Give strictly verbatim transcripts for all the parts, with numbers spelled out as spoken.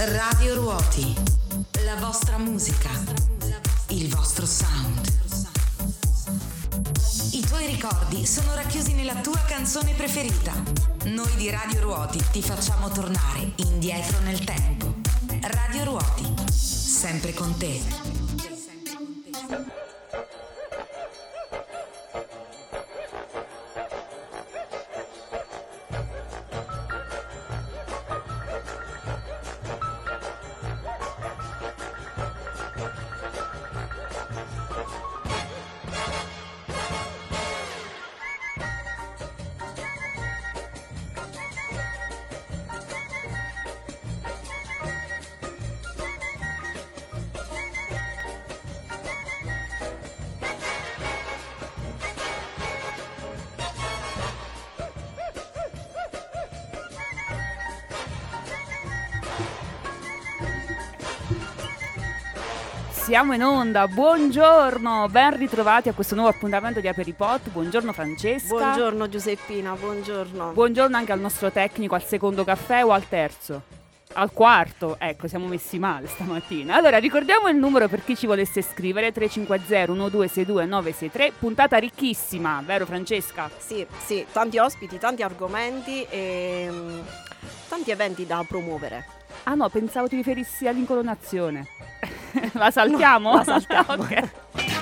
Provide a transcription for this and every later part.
Radio Ruoti, la vostra musica, il vostro sound. I tuoi ricordi sono racchiusi nella tua canzone preferita. Noi di Radio Ruoti ti facciamo tornare indietro nel tempo. Radio Ruoti, sempre con te. Siamo in onda, buongiorno, ben ritrovati a questo nuovo appuntamento di Aperipot. Buongiorno Francesca. Buongiorno Giuseppina, buongiorno. Buongiorno anche al nostro tecnico, al secondo caffè o al terzo? Al quarto, ecco, siamo messi male stamattina. Allora, ricordiamo il numero per chi ci volesse scrivere: tre cinque zero uno due sei due nove sei tre. Puntata ricchissima, vero Francesca? Sì, sì, tanti ospiti, tanti argomenti e um, tanti eventi da promuovere. Ah no, pensavo ti riferissi all'incoronazione. La saltiamo? No, la saltiamo. Ok. Get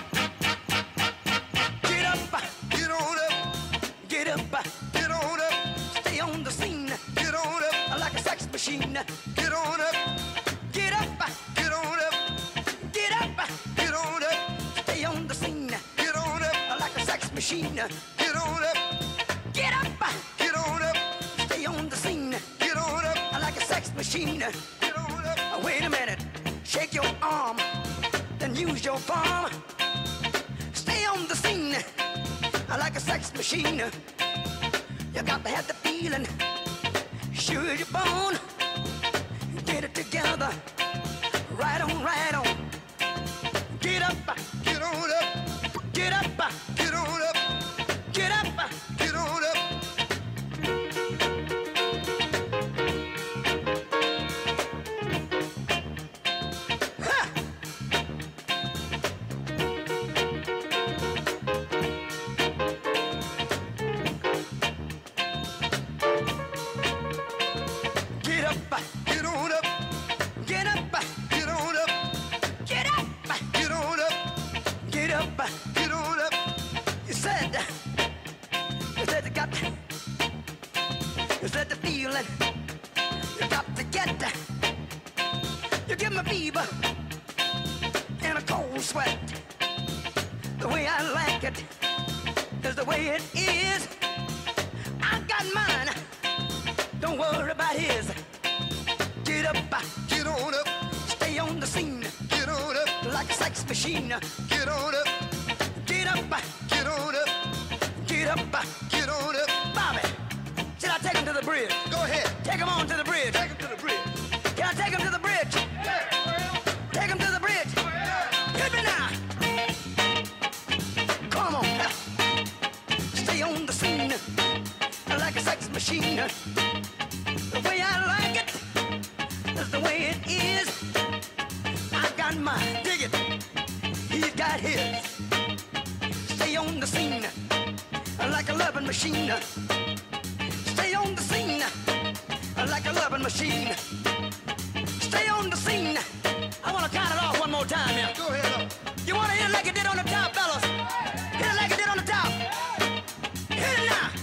up, get on up, get up, get on up, stay on the scene, get on up, like a sex machine, get on up, get up, get on up, get up, get on up, stay on the scene, get on up, like a sex machine, get on up, get up, get on up, stay on the scene, get on up, like a sex machine, get on up, wait a minute. Shake your arm, then use your palm. Stay on the scene, like a sex machine. You got to have the feeling, sure you're born. Get it together, right on, right on. Get up, get on up, get up, get on up, get up, get on up. Machine, get on up, get up, get on up, get up, get on up. Bobby, should I take him to the bridge? Go ahead. Take him on to the bridge. Take him to the bridge. Can I take him to the bridge? Yeah. Take him to the bridge. Yeah. Hit me now. Come on. Stay on the scene like a sex machine. The way I like it is the way it is. I got mine. Dig it. He's got his. Stay on the scene like a loving machine. Stay on the scene like a loving machine. Stay on the scene. I want to count it off one more time here. Go ahead. Up. You want to hit it like it did on the top, fellas? Hit it like it did on the top. Hit it now.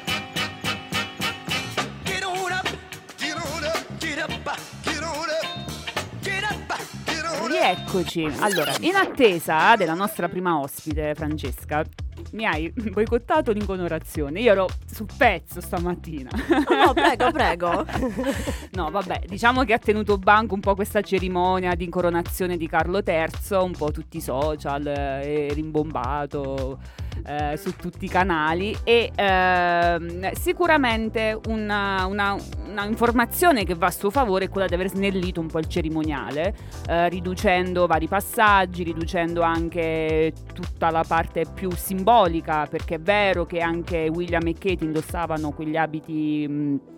Get on up. Get on up. Get up. Get on up. Get up. Get on up. Rieccoci. Allora, in attesa della nostra prima ospite, Francesca, mi hai boicottato l'inconorazione. Io ero sul pezzo stamattina. No, no, prego, prego. No, vabbè, diciamo che ha tenuto banco un po' questa cerimonia di incoronazione di Carlo terzo, un po' tutti i social, è rimbombato eh, su tutti i canali e eh, sicuramente una, una, una informazione che va a suo favore è quella di aver snellito un po' il cerimoniale, eh, riducendo vari passaggi, riducendo anche tutta la parte più simbolica, perché è vero che anche William e Kate indossavano quegli abiti mh,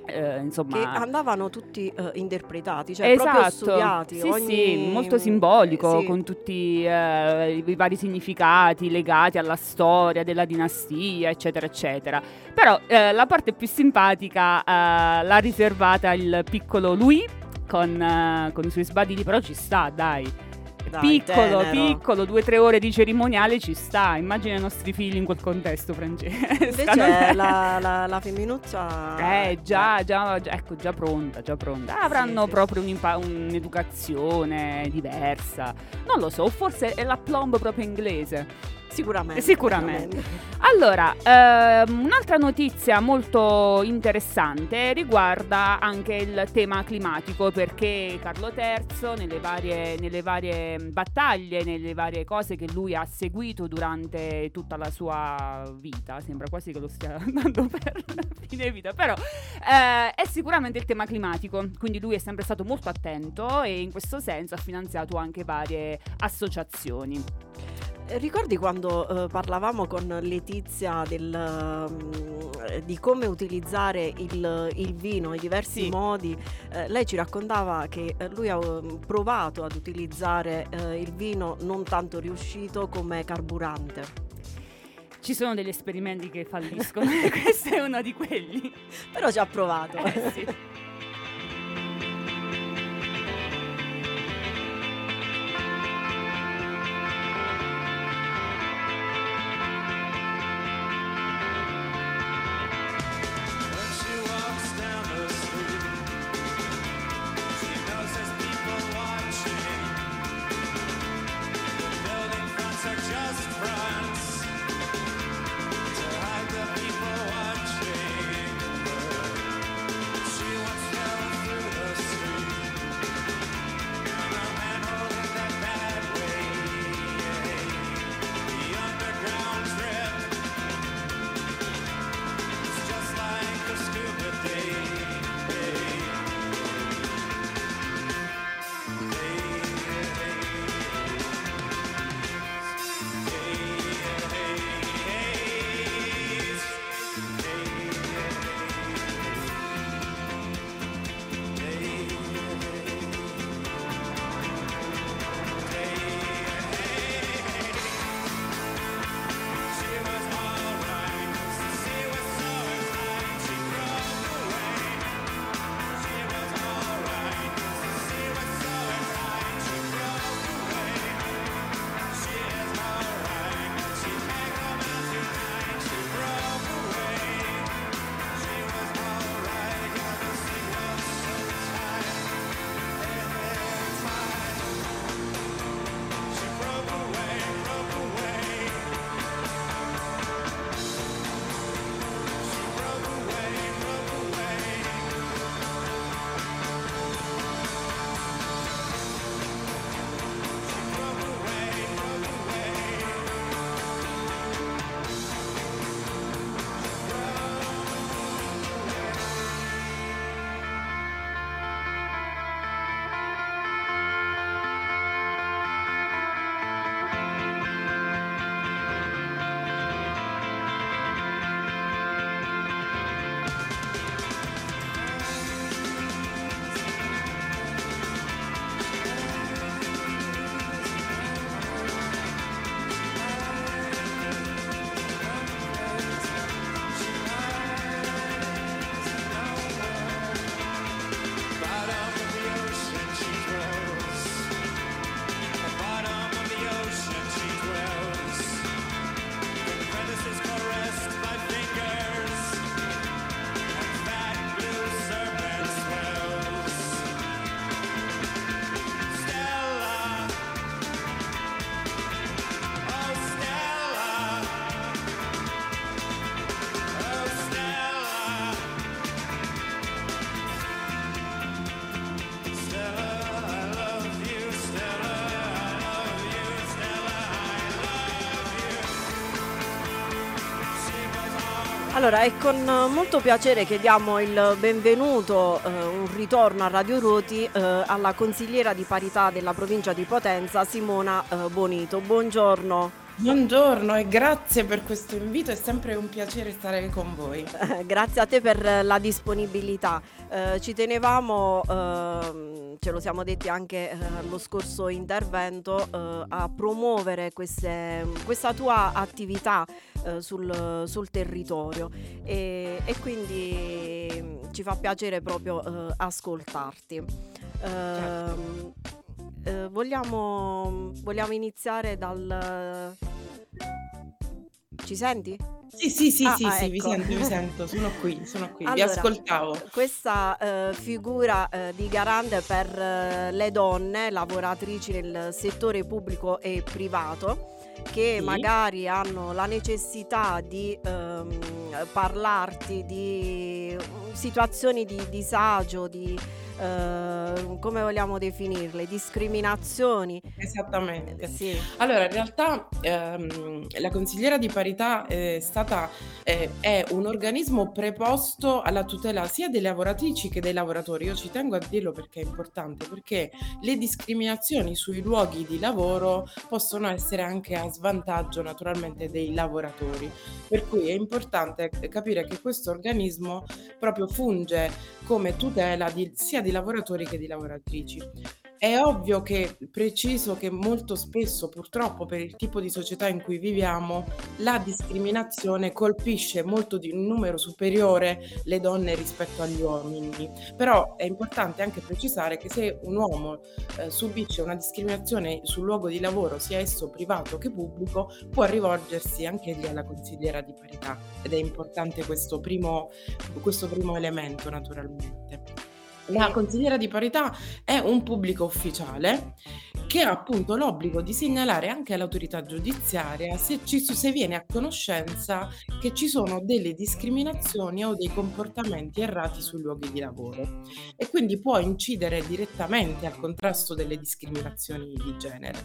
Eh, insomma, che andavano tutti uh, interpretati, cioè esatto. proprio studiati. Sì, ogni... sì, molto simbolico, eh, sì. con tutti eh, i vari significati legati alla storia della dinastia, eccetera, eccetera. Però eh, la parte più simpatica eh, l'ha riservata il piccolo Louis con, eh, con i suoi sbadini, però ci sta, dai. Dai, piccolo, tenero. piccolo, due o tre ore di cerimoniale ci sta. Immagina i nostri figli in quel contesto, Francesca. Invece la, la, la femminuccia Eh già, già, già, ecco, già pronta, già pronta. Avranno sì, sì. proprio un'impa- un'educazione diversa. Non lo so, o forse è la plomb proprio inglese. Sicuramente. Sicuramente. Allora, ehm, un'altra notizia molto interessante riguarda anche il tema climatico, perché Carlo terzo, nelle varie, nelle varie battaglie, nelle varie cose che lui ha seguito durante tutta la sua vita, sembra quasi che lo stia andando per fine vita, però eh, è sicuramente il tema climatico, quindi lui è sempre stato molto attento e in questo senso ha finanziato anche varie associazioni. Ricordi quando uh, parlavamo con Letizia del, um, di come utilizzare il, il vino, i diversi sì. modi? Uh, lei ci raccontava che uh, lui ha uh, provato ad utilizzare uh, il vino non tanto riuscito come carburante. Ci sono degli esperimenti che falliscono, questo è uno di quelli. Però ci ha provato. Eh, sì. Allora, è con molto piacere che diamo il benvenuto, eh, un ritorno a Radio Ruoti, eh, alla consigliera di parità della provincia di Potenza, Simona eh, Bonito. Buongiorno. Buongiorno e grazie per questo invito, è sempre un piacere stare con voi. Grazie a te per la disponibilità. Eh, ci tenevamo, ehm, ce lo siamo detti anche eh, allo scorso intervento, eh, a promuovere queste- questa tua attività eh, sul, sul territorio e, e quindi mm, ci fa piacere proprio eh, ascoltarti. Ehm, eh, vogliamo, vogliamo iniziare dal... Ci senti? Sì, sì, sì, Ah, sì, ah, sì, vi ecco. sento, vi sento, sono qui, sono qui, vi Allora, ascoltavo. questa eh, figura eh, di garante per eh, le donne lavoratrici nel settore pubblico e privato che Sì, magari hanno la necessità di ehm, parlarti di mm, situazioni di disagio, di eh, come vogliamo definirle, discriminazioni. Eh, esattamente. Sì, Allora, in realtà ehm, la consigliera di parità è stata, eh, è un organismo preposto alla tutela sia delle lavoratrici che dei lavoratori. Io ci tengo a dirlo perché è importante, perché le discriminazioni sui luoghi di lavoro possono essere anche a svantaggio naturalmente dei lavoratori. Per cui è importante capire che questo organismo proprio funge come tutela di- sia di lavoratori che di lavoratrici. È ovvio che preciso che molto spesso, purtroppo, per il tipo di società in cui viviamo, la discriminazione colpisce molto di un numero superiore le donne rispetto agli uomini. Però è importante anche precisare che se un uomo eh, subisce una discriminazione sul luogo di lavoro, sia esso privato che pubblico, può rivolgersi anche lì alla consigliera di parità. Ed è importante questo primo, questo primo elemento, naturalmente. La e consigliera di parità è un pubblico ufficiale che ha appunto l'obbligo di segnalare anche all'autorità giudiziaria se, ci, se viene a conoscenza che ci sono delle discriminazioni o dei comportamenti errati sui luoghi di lavoro e quindi può incidere direttamente al contrasto delle discriminazioni di genere.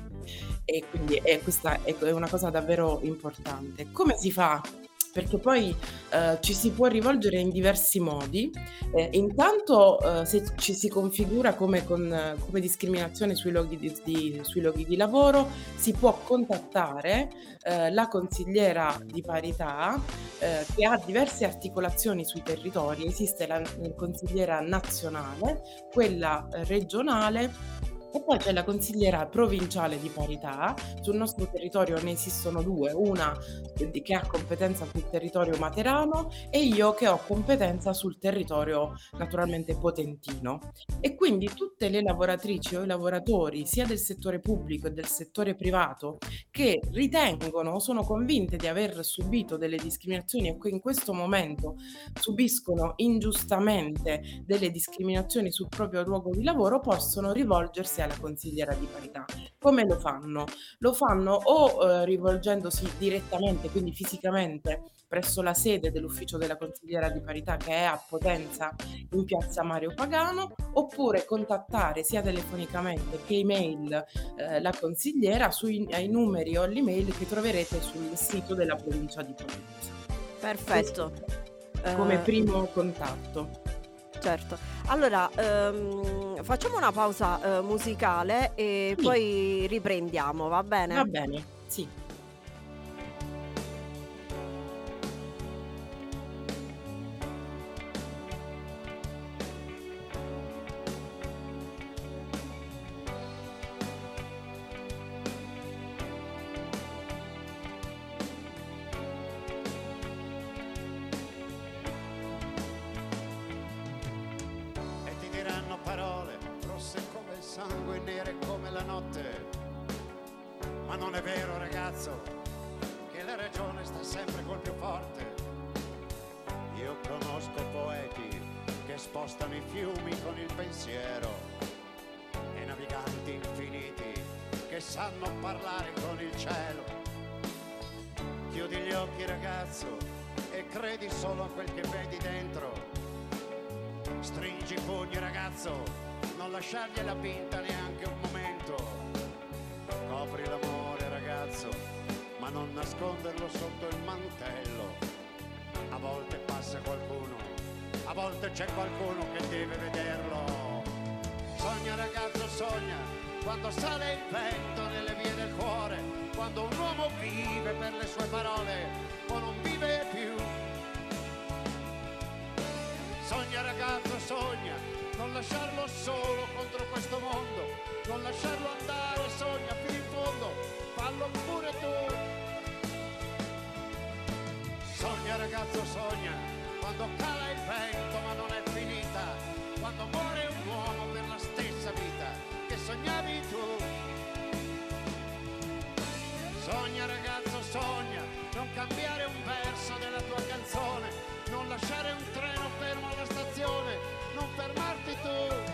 E quindi è, questa è è una cosa davvero importante. Come si fa? Perché poi eh, ci si può rivolgere in diversi modi. Eh, intanto eh, se ci si configura come, con, eh, come discriminazione sui luoghi di, di- sui luoghi di lavoro, si può contattare eh, la consigliera di parità eh, che ha diverse articolazioni sui territori. Esiste la, la consigliera nazionale, quella eh, regionale e poi c'è la consigliera provinciale di parità. Sul nostro territorio ne esistono due, una di- che ha competenza sul territorio materano e io che ho competenza sul territorio naturalmente potentino. E quindi tutte le lavoratrici o i lavoratori, sia del settore pubblico che del settore privato, che ritengono o sono convinte di aver subito delle discriminazioni e che in questo momento subiscono ingiustamente delle discriminazioni sul proprio luogo di lavoro, possono rivolgersi alla consigliera di parità. Come lo fanno? Lo fanno o eh, rivolgendosi direttamente, quindi fisicamente, presso la sede dell'ufficio della consigliera di parità che è a Potenza in piazza Mario Pagano, oppure contattare sia telefonicamente che email eh, la consigliera sui ai numeri o all'email che troverete sul sito della provincia di Potenza. perfetto. Questo come Eh, primo contatto. Certo. Allora, ehm, facciamo una pausa eh, musicale e Sì, poi riprendiamo, va va bene? bene, sì. E ti diranno parole rosse come il sangue, nere come la notte. Ma non è vero, ragazzo, che la ragione sta sempre col più forte. Io conosco poeti che spostano i fiumi con il pensiero e naviganti infiniti che sanno parlare con il cielo. Chiudi gli occhi, ragazzo, e credi solo a quel che vedi dentro. Stringi i pugni, ragazzo, non lasciargliela pinta neanche un momento. Copri l'amore, ragazzo, ma non nasconderlo sotto il mantello. A volte passa qualcuno, a volte c'è qualcuno che deve vederlo. Sogna, ragazzo, sogna, quando sale il vento nelle vie del cuore, quando un uomo vive per le sue parole o non vive più. Sogna ragazzo, sogna, non lasciarlo solo contro questo mondo, non lasciarlo andare, sogna fino in fondo, fallo pure tu. Sogna ragazzo, sogna, quando cala il vento ma non è finita, quando muore un uomo per la stessa vita che sognavi tu. Sogna ragazzo, sogna, non cambiare un verso della tua canzone, non lasciare un treno fermo alla stazione, non fermarti tu.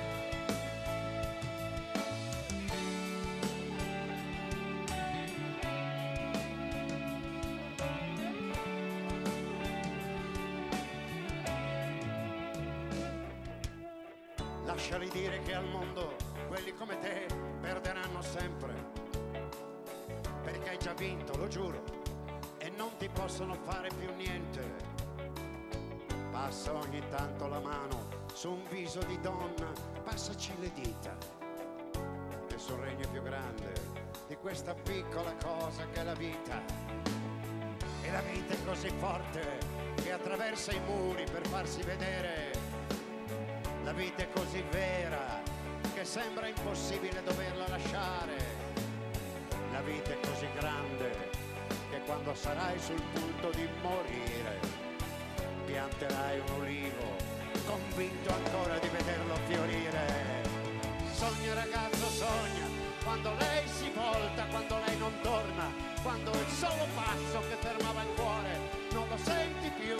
Lasciali dire che al mondo quelli come te perderanno sempre, perché hai già vinto, lo giuro, e non ti possono fare più niente. Passa ogni tanto la mano su un viso di donna, passaci le dita. Nessun regno più grande di questa piccola cosa che è la vita. E la vita è così forte che attraversa i muri per farsi vedere. La vita è così vera che sembra impossibile doverla lasciare. La vita è così grande che quando sarai sul punto di morire pianterai un ulivo, convinto ancora di vederlo fiorire. Sogna ragazzo, sogna, quando lei si volta, quando lei non torna, quando il solo passo che fermava il cuore non lo senti più.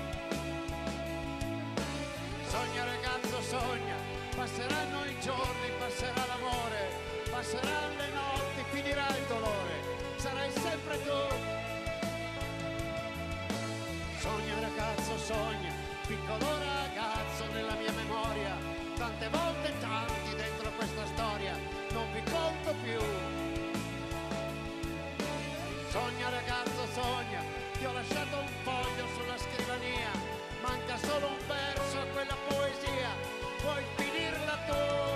Sogna ragazzo, sogna, passeranno i giorni, passerà l'amore, passeranno le notti, finirà il dolore, sarai sempre tu. Sogna ragazzo, sogna, piccolo ragazzo nella mia memoria, tante volte tanti dentro questa storia, non vi conto più. Sogna ragazzo, sogna, ti ho lasciato un foglio sulla scrivania, manca solo un verso a quella poesia, puoi finirla tu.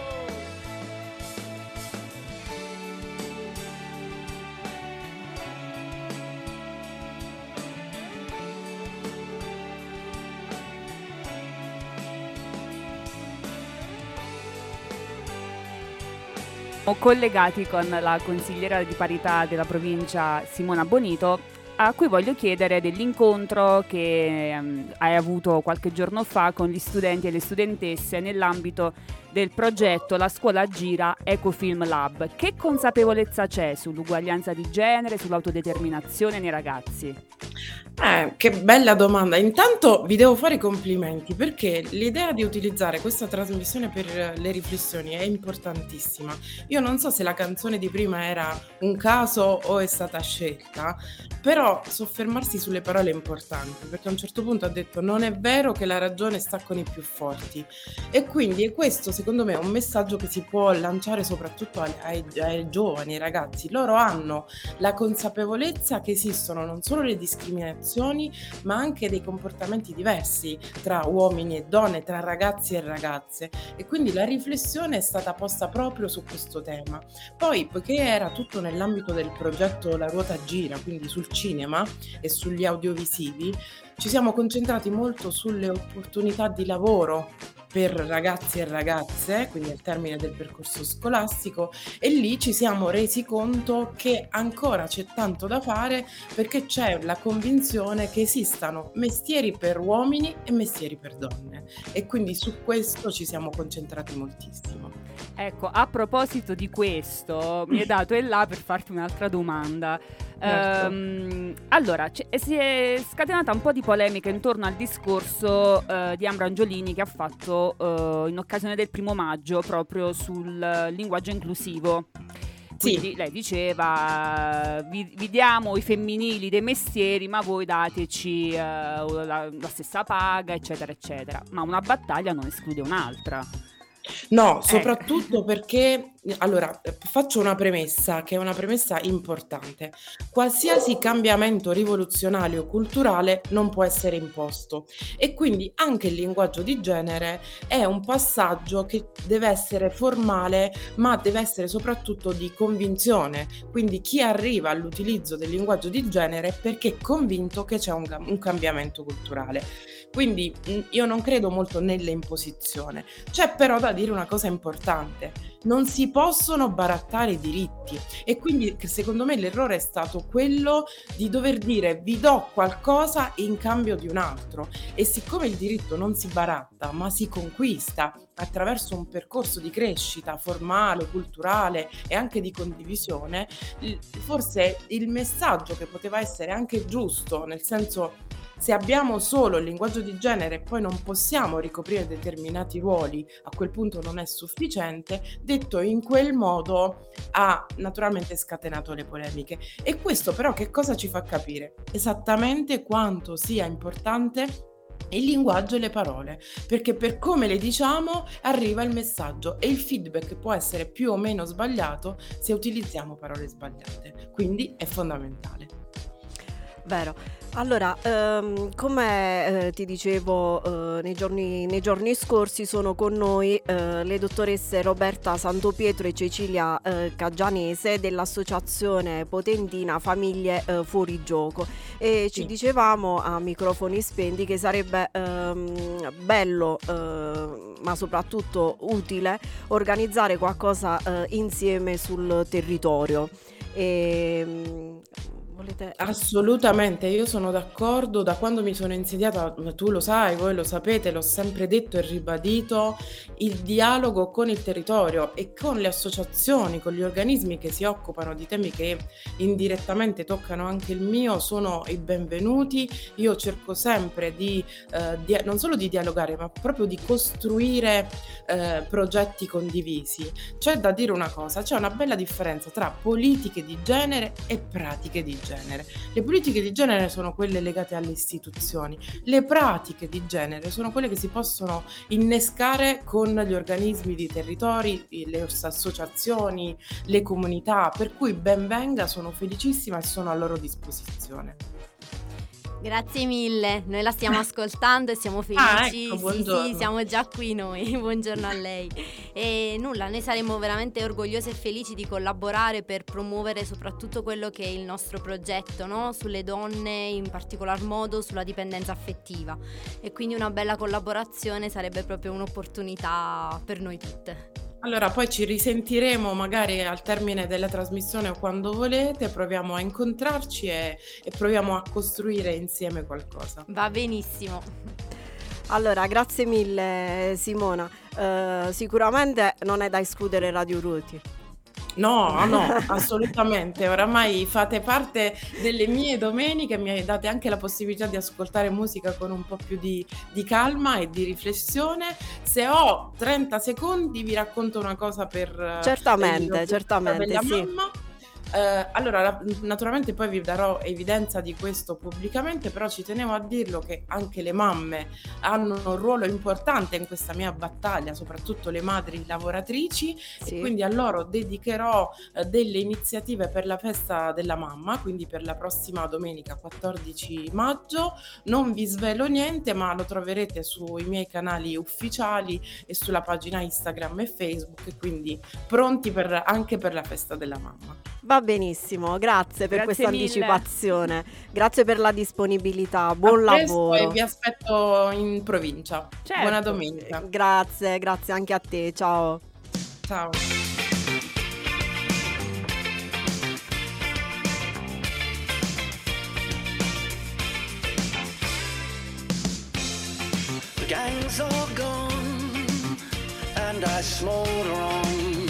Collegati con la consigliera di parità della provincia Simona Bonito, a cui voglio chiedere dell'incontro che um, hai avuto qualche giorno fa con gli studenti e le studentesse nell'ambito del progetto La Scuola Gira Ecofilm Lab. Che consapevolezza c'è sull'uguaglianza di genere, sull'autodeterminazione nei ragazzi? Eh, che bella domanda. Intanto vi devo fare i complimenti perché l'idea di utilizzare questa trasmissione per le riflessioni è importantissima. Io non so se la canzone di prima era un caso o è stata scelta, però soffermarsi sulle parole è importante, perché a un certo punto ha detto non è vero che la ragione sta con i più forti, e quindi è questo secondo me è un messaggio che si può lanciare soprattutto ai, ai, ai giovani, ai ragazzi. Loro hanno la consapevolezza che esistono non solo le discriminazioni ma anche dei comportamenti diversi tra uomini e donne, tra ragazzi e ragazze, e quindi la riflessione è stata posta proprio su questo tema. Poi, poiché era tutto nell'ambito del progetto La Ruota Gira, quindi sul cinema e sugli audiovisivi, ci siamo concentrati molto sulle opportunità di lavoro per ragazzi e ragazze, quindi al termine del percorso scolastico, e lì ci siamo resi conto che ancora c'è tanto da fare, perché c'è la convinzione che esistano mestieri per uomini e mestieri per donne, e quindi su questo ci siamo concentrati moltissimo. Ecco, a proposito di questo, mi è dato il là per farti un'altra domanda. Certo. Ehm, allora, c- si è scatenata un po' di polemica intorno al discorso eh, di Ambra Angiolini che ha fatto eh, in occasione del primo maggio proprio sul eh, linguaggio inclusivo. Quindi Sì. lei diceva vi, vi diamo i femminili dei mestieri, ma voi dateci eh, la, la stessa paga, eccetera eccetera. Ma una battaglia non esclude un'altra. No, Eh. soprattutto perché allora, eh, faccio una premessa, che è una premessa importante. Qualsiasi cambiamento rivoluzionario o culturale non può essere imposto e quindi anche il linguaggio di genere è un passaggio che deve essere formale, ma deve essere soprattutto di convinzione. Quindi chi arriva all'utilizzo del linguaggio di genere è perché è convinto che c'è un, cam- un cambiamento culturale. Quindi mh, io non credo molto nell'imposizione. C'è però da dire una cosa importante: non si possono barattare i diritti e quindi che secondo me l'errore è stato quello di dover dire vi do qualcosa in cambio di un altro, e siccome il diritto non si baratta ma si conquista attraverso un percorso di crescita formale, culturale e anche di condivisione, il- forse il messaggio che poteva essere anche giusto, nel senso, se abbiamo solo il linguaggio di genere e poi non possiamo ricoprire determinati ruoli, a quel punto non è sufficiente, detto in quel modo ha naturalmente scatenato le polemiche. E questo però che cosa ci fa capire? Esattamente quanto sia importante il linguaggio e le parole, perché per come le diciamo arriva il messaggio e il feedback può essere più o meno sbagliato se utilizziamo parole sbagliate, quindi è fondamentale. Vero. Allora, ehm, come eh, ti dicevo, eh, nei giorni, nei giorni scorsi sono con noi eh, le dottoresse Roberta Santopietro e Cecilia eh, Caggianese dell'associazione potentina Famiglie eh, Fuori Gioco, e ci Sì. dicevamo a microfoni spenti che sarebbe ehm, bello eh, ma soprattutto utile organizzare qualcosa eh, insieme sul territorio. E, mm, volete... Assolutamente, io sono d'accordo. Da quando mi sono insediata, tu lo sai, voi lo sapete, l'ho sempre detto e ribadito, il dialogo con il territorio e con le associazioni, con gli organismi che si occupano di temi che indirettamente toccano anche il mio, sono i benvenuti. Io cerco sempre di, eh, di- non solo di dialogare, ma proprio di costruire eh, progetti condivisi. C'è da dire una cosa: c'è una bella differenza tra politiche di genere e pratiche di genere. Le politiche di genere sono quelle legate alle istituzioni, le pratiche di genere sono quelle che si possono innescare con gli organismi di territori, le associazioni, le comunità, per cui ben venga, sono felicissima e sono a loro disposizione. Grazie mille, noi la stiamo ascoltando e siamo felici. Ah, ecco, Sì, sì, buongiorno. siamo già qui noi. Buongiorno a lei. E nulla, noi saremo veramente orgogliose e felici di collaborare per promuovere soprattutto quello che è il nostro progetto, no? Sulle donne, in particolar modo sulla dipendenza affettiva. E quindi una bella collaborazione sarebbe proprio un'opportunità per noi tutte. Allora, poi ci risentiremo magari al termine della trasmissione o quando volete, proviamo a incontrarci e, e proviamo a costruire insieme qualcosa. Va benissimo. Allora, grazie mille Simona. Eh, sicuramente non è da escludere Radio Ruoti. No, no, assolutamente. Oramai fate parte delle mie domeniche, mi date anche la possibilità di ascoltare musica con un po' più di, di calma e di riflessione. Se ho trenta secondi vi racconto una cosa per eh, Certamente, il- certamente, della sì. mamma. Eh, allora, la- naturalmente poi vi darò evidenza di questo pubblicamente, però ci tenevo a dirlo che anche le mamme hanno un ruolo importante in questa mia battaglia, soprattutto le madri lavoratrici, Sì. e quindi a loro dedicherò eh, delle iniziative per la festa della mamma, quindi per la prossima domenica quattordici maggio. Non vi svelo niente, ma lo troverete sui miei canali ufficiali e sulla pagina Instagram e Facebook, e quindi pronti per- anche per la festa della mamma. Va benissimo, grazie per Grazie questa mille. anticipazione. Grazie per la disponibilità, buon A presto lavoro. e vi aspetto in provincia. Certo. Buona domenica. Grazie, grazie anche a te. Ciao. Ciao. The gang's all gone, and I smolder on.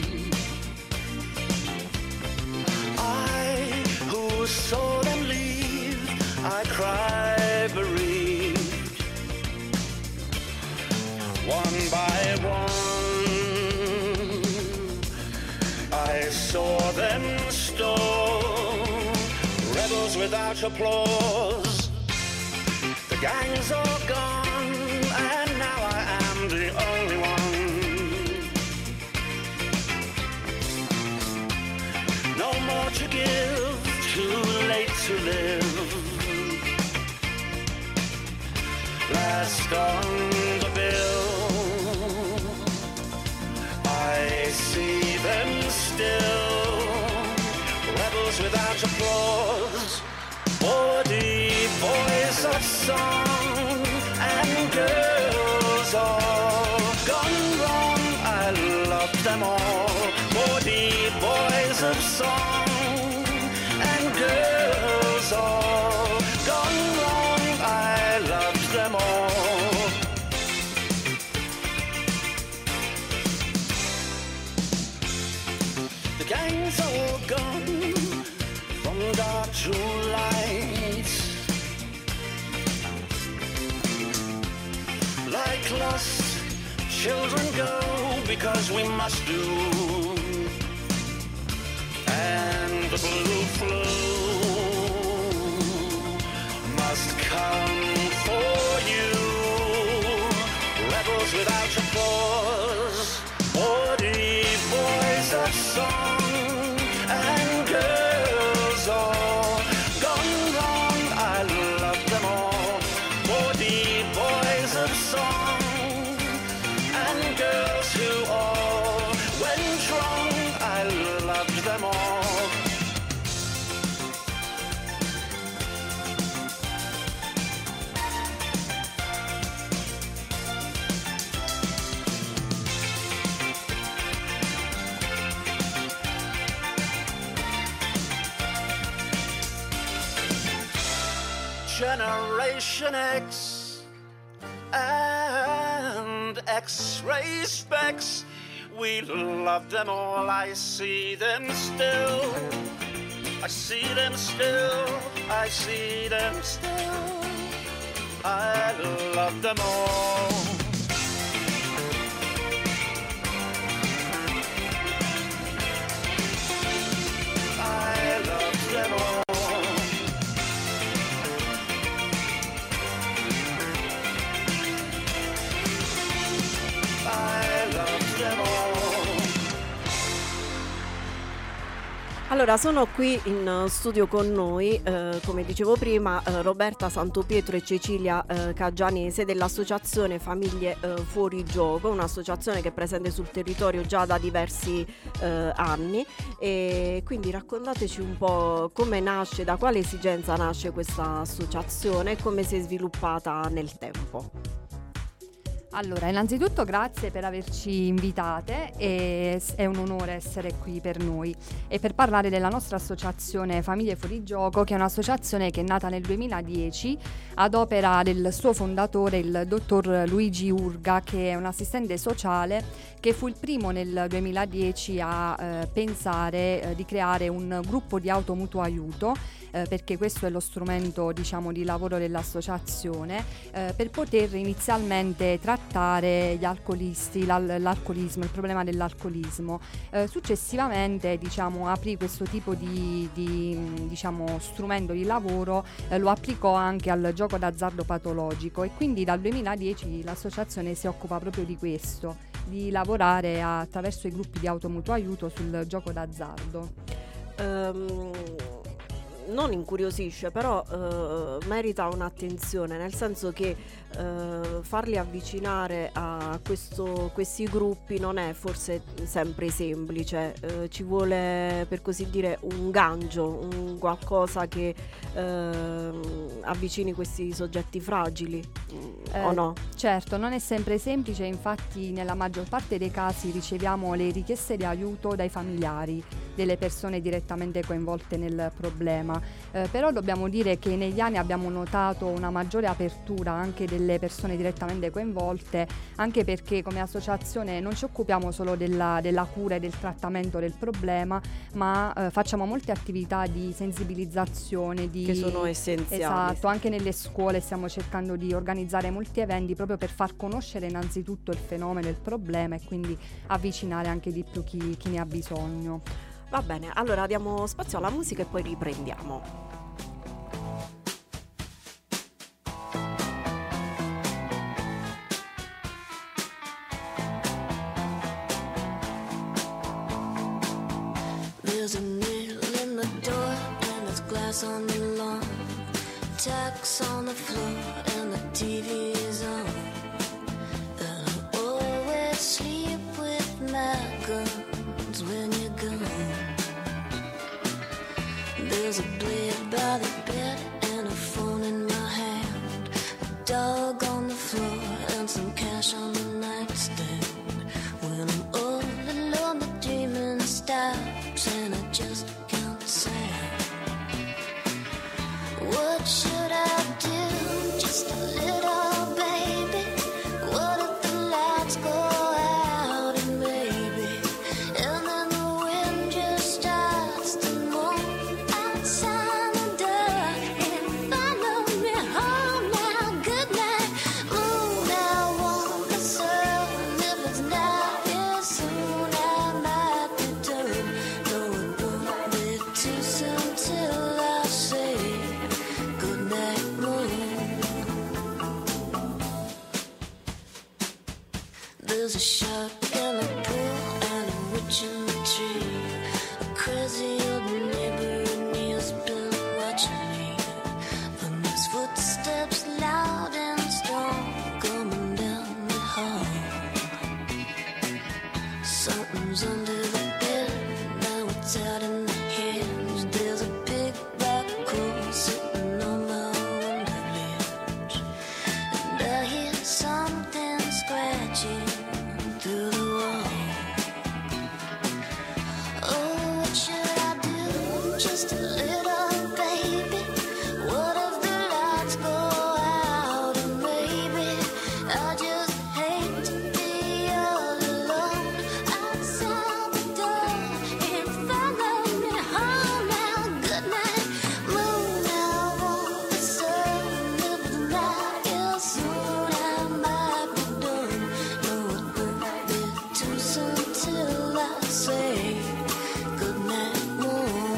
I who saw them leave, I cry bereaved. One by one, I saw them stone, rebels without applause. The gang's all gone, and now I am the only one. more to give, too late to live. Last on the bill, I see them still, rebels without applause, forty boys of song and girls all gone wrong. I love them all, forty boys of song and girls all gone wrong. I loved them all. The gang's all gone from dark to light, like lost children go because we must do, and the blue flu must come for you. Rebels without a cause, forty boys of song and girls all gone wrong. I love them all, forty boys of song and girls who all went wrong. I loved them all. Generation X and X-ray specs, we love them all. I see them still, I see them still, I see them still, I love them all. I love them all. Allora, sono qui in studio con noi, eh, come dicevo prima, eh, Roberta Santopietro e Cecilia eh, Caggianese dell'associazione Famiglie eh, Fuori Gioco, un'associazione che è presente sul territorio già da diversi eh, anni. E quindi raccontateci un po' come nasce, da quale esigenza nasce questa associazione e come si è sviluppata nel tempo. Allora, innanzitutto grazie per averci invitate, e è un onore essere qui per noi e per parlare della nostra associazione Famiglie Fuori Gioco, che è un'associazione che è nata nel duemiladieci ad opera del suo fondatore, il dottor Luigi Urga, che è un assistente sociale che fu il primo nel duemiladieci a eh, pensare eh, di creare un gruppo di automutuo aiuto, eh, perché questo è lo strumento, diciamo, di lavoro dell'associazione, eh, per poter inizialmente trattare gli alcolisti, l'al- l'alcolismo, il problema dell'alcolismo. Eh, successivamente, diciamo, aprì questo tipo di, di diciamo, strumento di lavoro, eh, lo applicò anche al gioco d'azzardo patologico, e quindi dal duemiladieci l'associazione si occupa proprio di questo, di lavorare attraverso i gruppi di automutuo aiuto sul gioco d'azzardo. Um... Non incuriosisce, però eh, merita un'attenzione, nel senso che eh, farli avvicinare a questo, questi gruppi non è forse sempre semplice, eh, ci vuole, per così dire, un gancio, un qualcosa che eh, avvicini questi soggetti fragili, eh, o no? Certo, non è sempre semplice, infatti nella maggior parte dei casi riceviamo le richieste di aiuto dai familiari delle persone direttamente coinvolte nel problema. Eh, però dobbiamo dire che negli anni abbiamo notato una maggiore apertura anche delle persone direttamente coinvolte, anche perché come associazione non ci occupiamo solo della, della cura e del trattamento del problema, ma eh, facciamo molte attività di sensibilizzazione, di, che sono essenziali. Esatto, anche nelle scuole stiamo cercando di organizzare molti eventi proprio per far conoscere innanzitutto il fenomeno e il problema, e quindi avvicinare anche di più chi, chi ne ha bisogno. Va bene, allora diamo spazio alla musica e poi riprendiamo. There's a nail in the door and there's glass on the lawn. Tacks on the floor and the T V is on. And I always sleep with my guns when you're gone. There's a blade by the bed and a phone in my hand. A dog on the floor and some cash on the nightstand. When I'm all alone, the dreaming stops and I just can't say. What should I do? Just a little baby. What if the lights go out and maybe, and then the wind just starts to move outside the door and follow me home now. Good night, moon. I want the sun. If it's not here soon, I might be done. No, it won't be too soon till I say good night, moon. There's a shark in the pool and a witch in the tree. A crazy old neighbor and he has been watching me. And there's footsteps loud and strong coming down the hall. Something's under the bed, now it's out in the hedge. There's a big black hole sitting on my window ledge. And I hear something scratching through the wall. Oh, what should I do? Just a little baby. What if the lights go out and maybe I just hate to be all alone outside the door and follow me home now. Good night, moon. I want the sun. If it's not here soon, I might be done. No, it won't be too soon till I say good night, moon.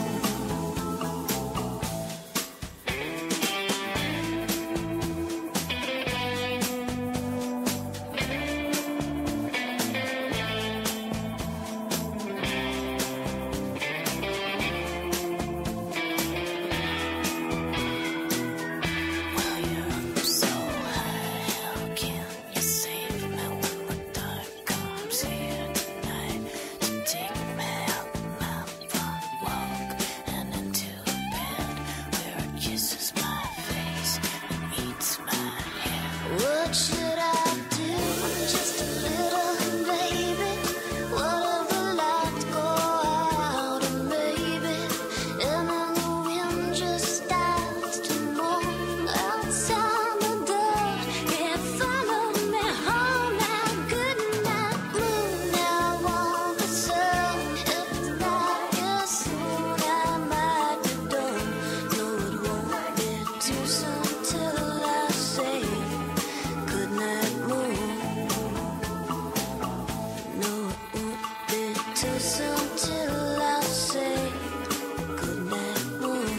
Well, you're up so high, how can you save me when the dark comes here tonight to take me out my front walk and into the bed where it kisses my face and eats my hair? What should I do? Just a little baby. What if the lights go out and maybe, and then the wind just starts to move outside the door and follow me home now. Good night, moon. I want the sun. If it's not here soon, I might be done. No, it won't be too soon till I say good night, moon. No, it won't be too soon till I say good night, moon.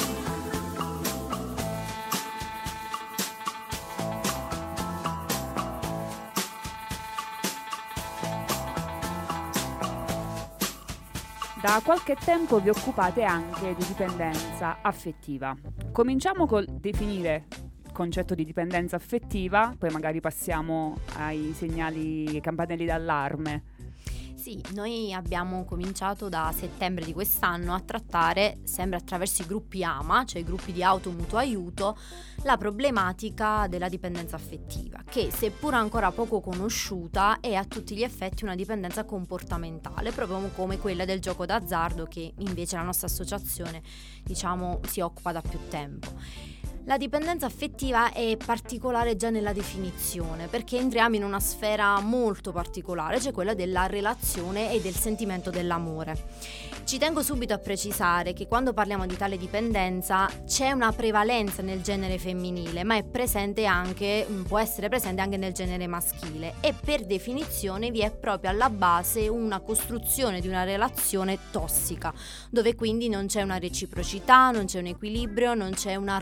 Da qualche tempo vi occupate anche di dipendenza affettiva. Cominciamo col definire il concetto di dipendenza affettiva, poi magari passiamo ai segnali, ai campanelli d'allarme. Sì, noi abbiamo cominciato da settembre di quest'anno a trattare, sempre attraverso i gruppi A M A, cioè i gruppi di auto mutuo aiuto, la problematica della dipendenza affettiva, che seppur ancora poco conosciuta è a tutti gli effetti una dipendenza comportamentale, proprio come quella del gioco d'azzardo che invece la nostra associazione, diciamo, si occupa da più tempo. La dipendenza affettiva è particolare già nella definizione, perché entriamo in una sfera molto particolare, cioè quella della relazione e del sentimento dell'amore. Ci tengo subito a precisare che quando parliamo di tale dipendenza c'è una prevalenza nel genere femminile, ma è presente anche, può essere presente anche nel genere maschile, e per definizione vi è proprio alla base una costruzione di una relazione tossica, dove quindi non c'è una reciprocità, non c'è un equilibrio, non c'è un'armonia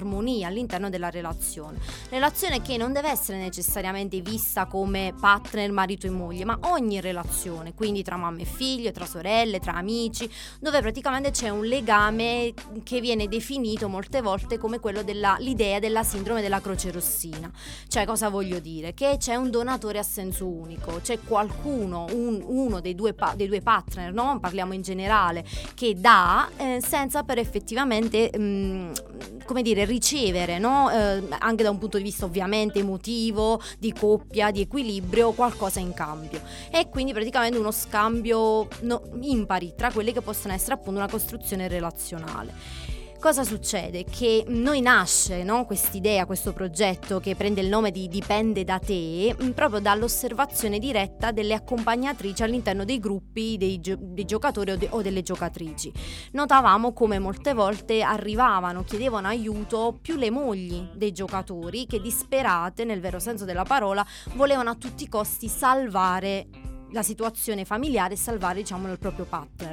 all'interno della relazione. Relazione che non deve essere necessariamente vista come partner, marito e moglie, ma ogni relazione, quindi tra mamma e figlio, tra sorelle, tra amici, dove praticamente c'è un legame che viene definito molte volte come quello della l'idea della sindrome della croce rossina. Cioè, cosa voglio dire? Che c'è un donatore a senso unico, c'è qualcuno, un, uno dei due, pa- dei due partner, no? Parliamo in generale, che dà eh, senza per effettivamente mh, come dire ricevere, no? Eh, anche da un punto di vista ovviamente emotivo, di coppia, di equilibrio, qualcosa in cambio. E quindi praticamente uno scambio no, impari tra quelle che possono essere appunto una costruzione relazionale. Cosa succede? Che noi nasce, no, quest'idea, questo progetto che prende il nome di Dipende da te, mh, proprio dall'osservazione diretta delle accompagnatrici all'interno dei gruppi dei, gio- dei giocatori o, de- o delle giocatrici. Notavamo come molte volte arrivavano, chiedevano aiuto più le mogli dei giocatori che disperate, nel vero senso della parola, volevano a tutti i costi salvare la situazione familiare e salvare, diciamo, il proprio partner.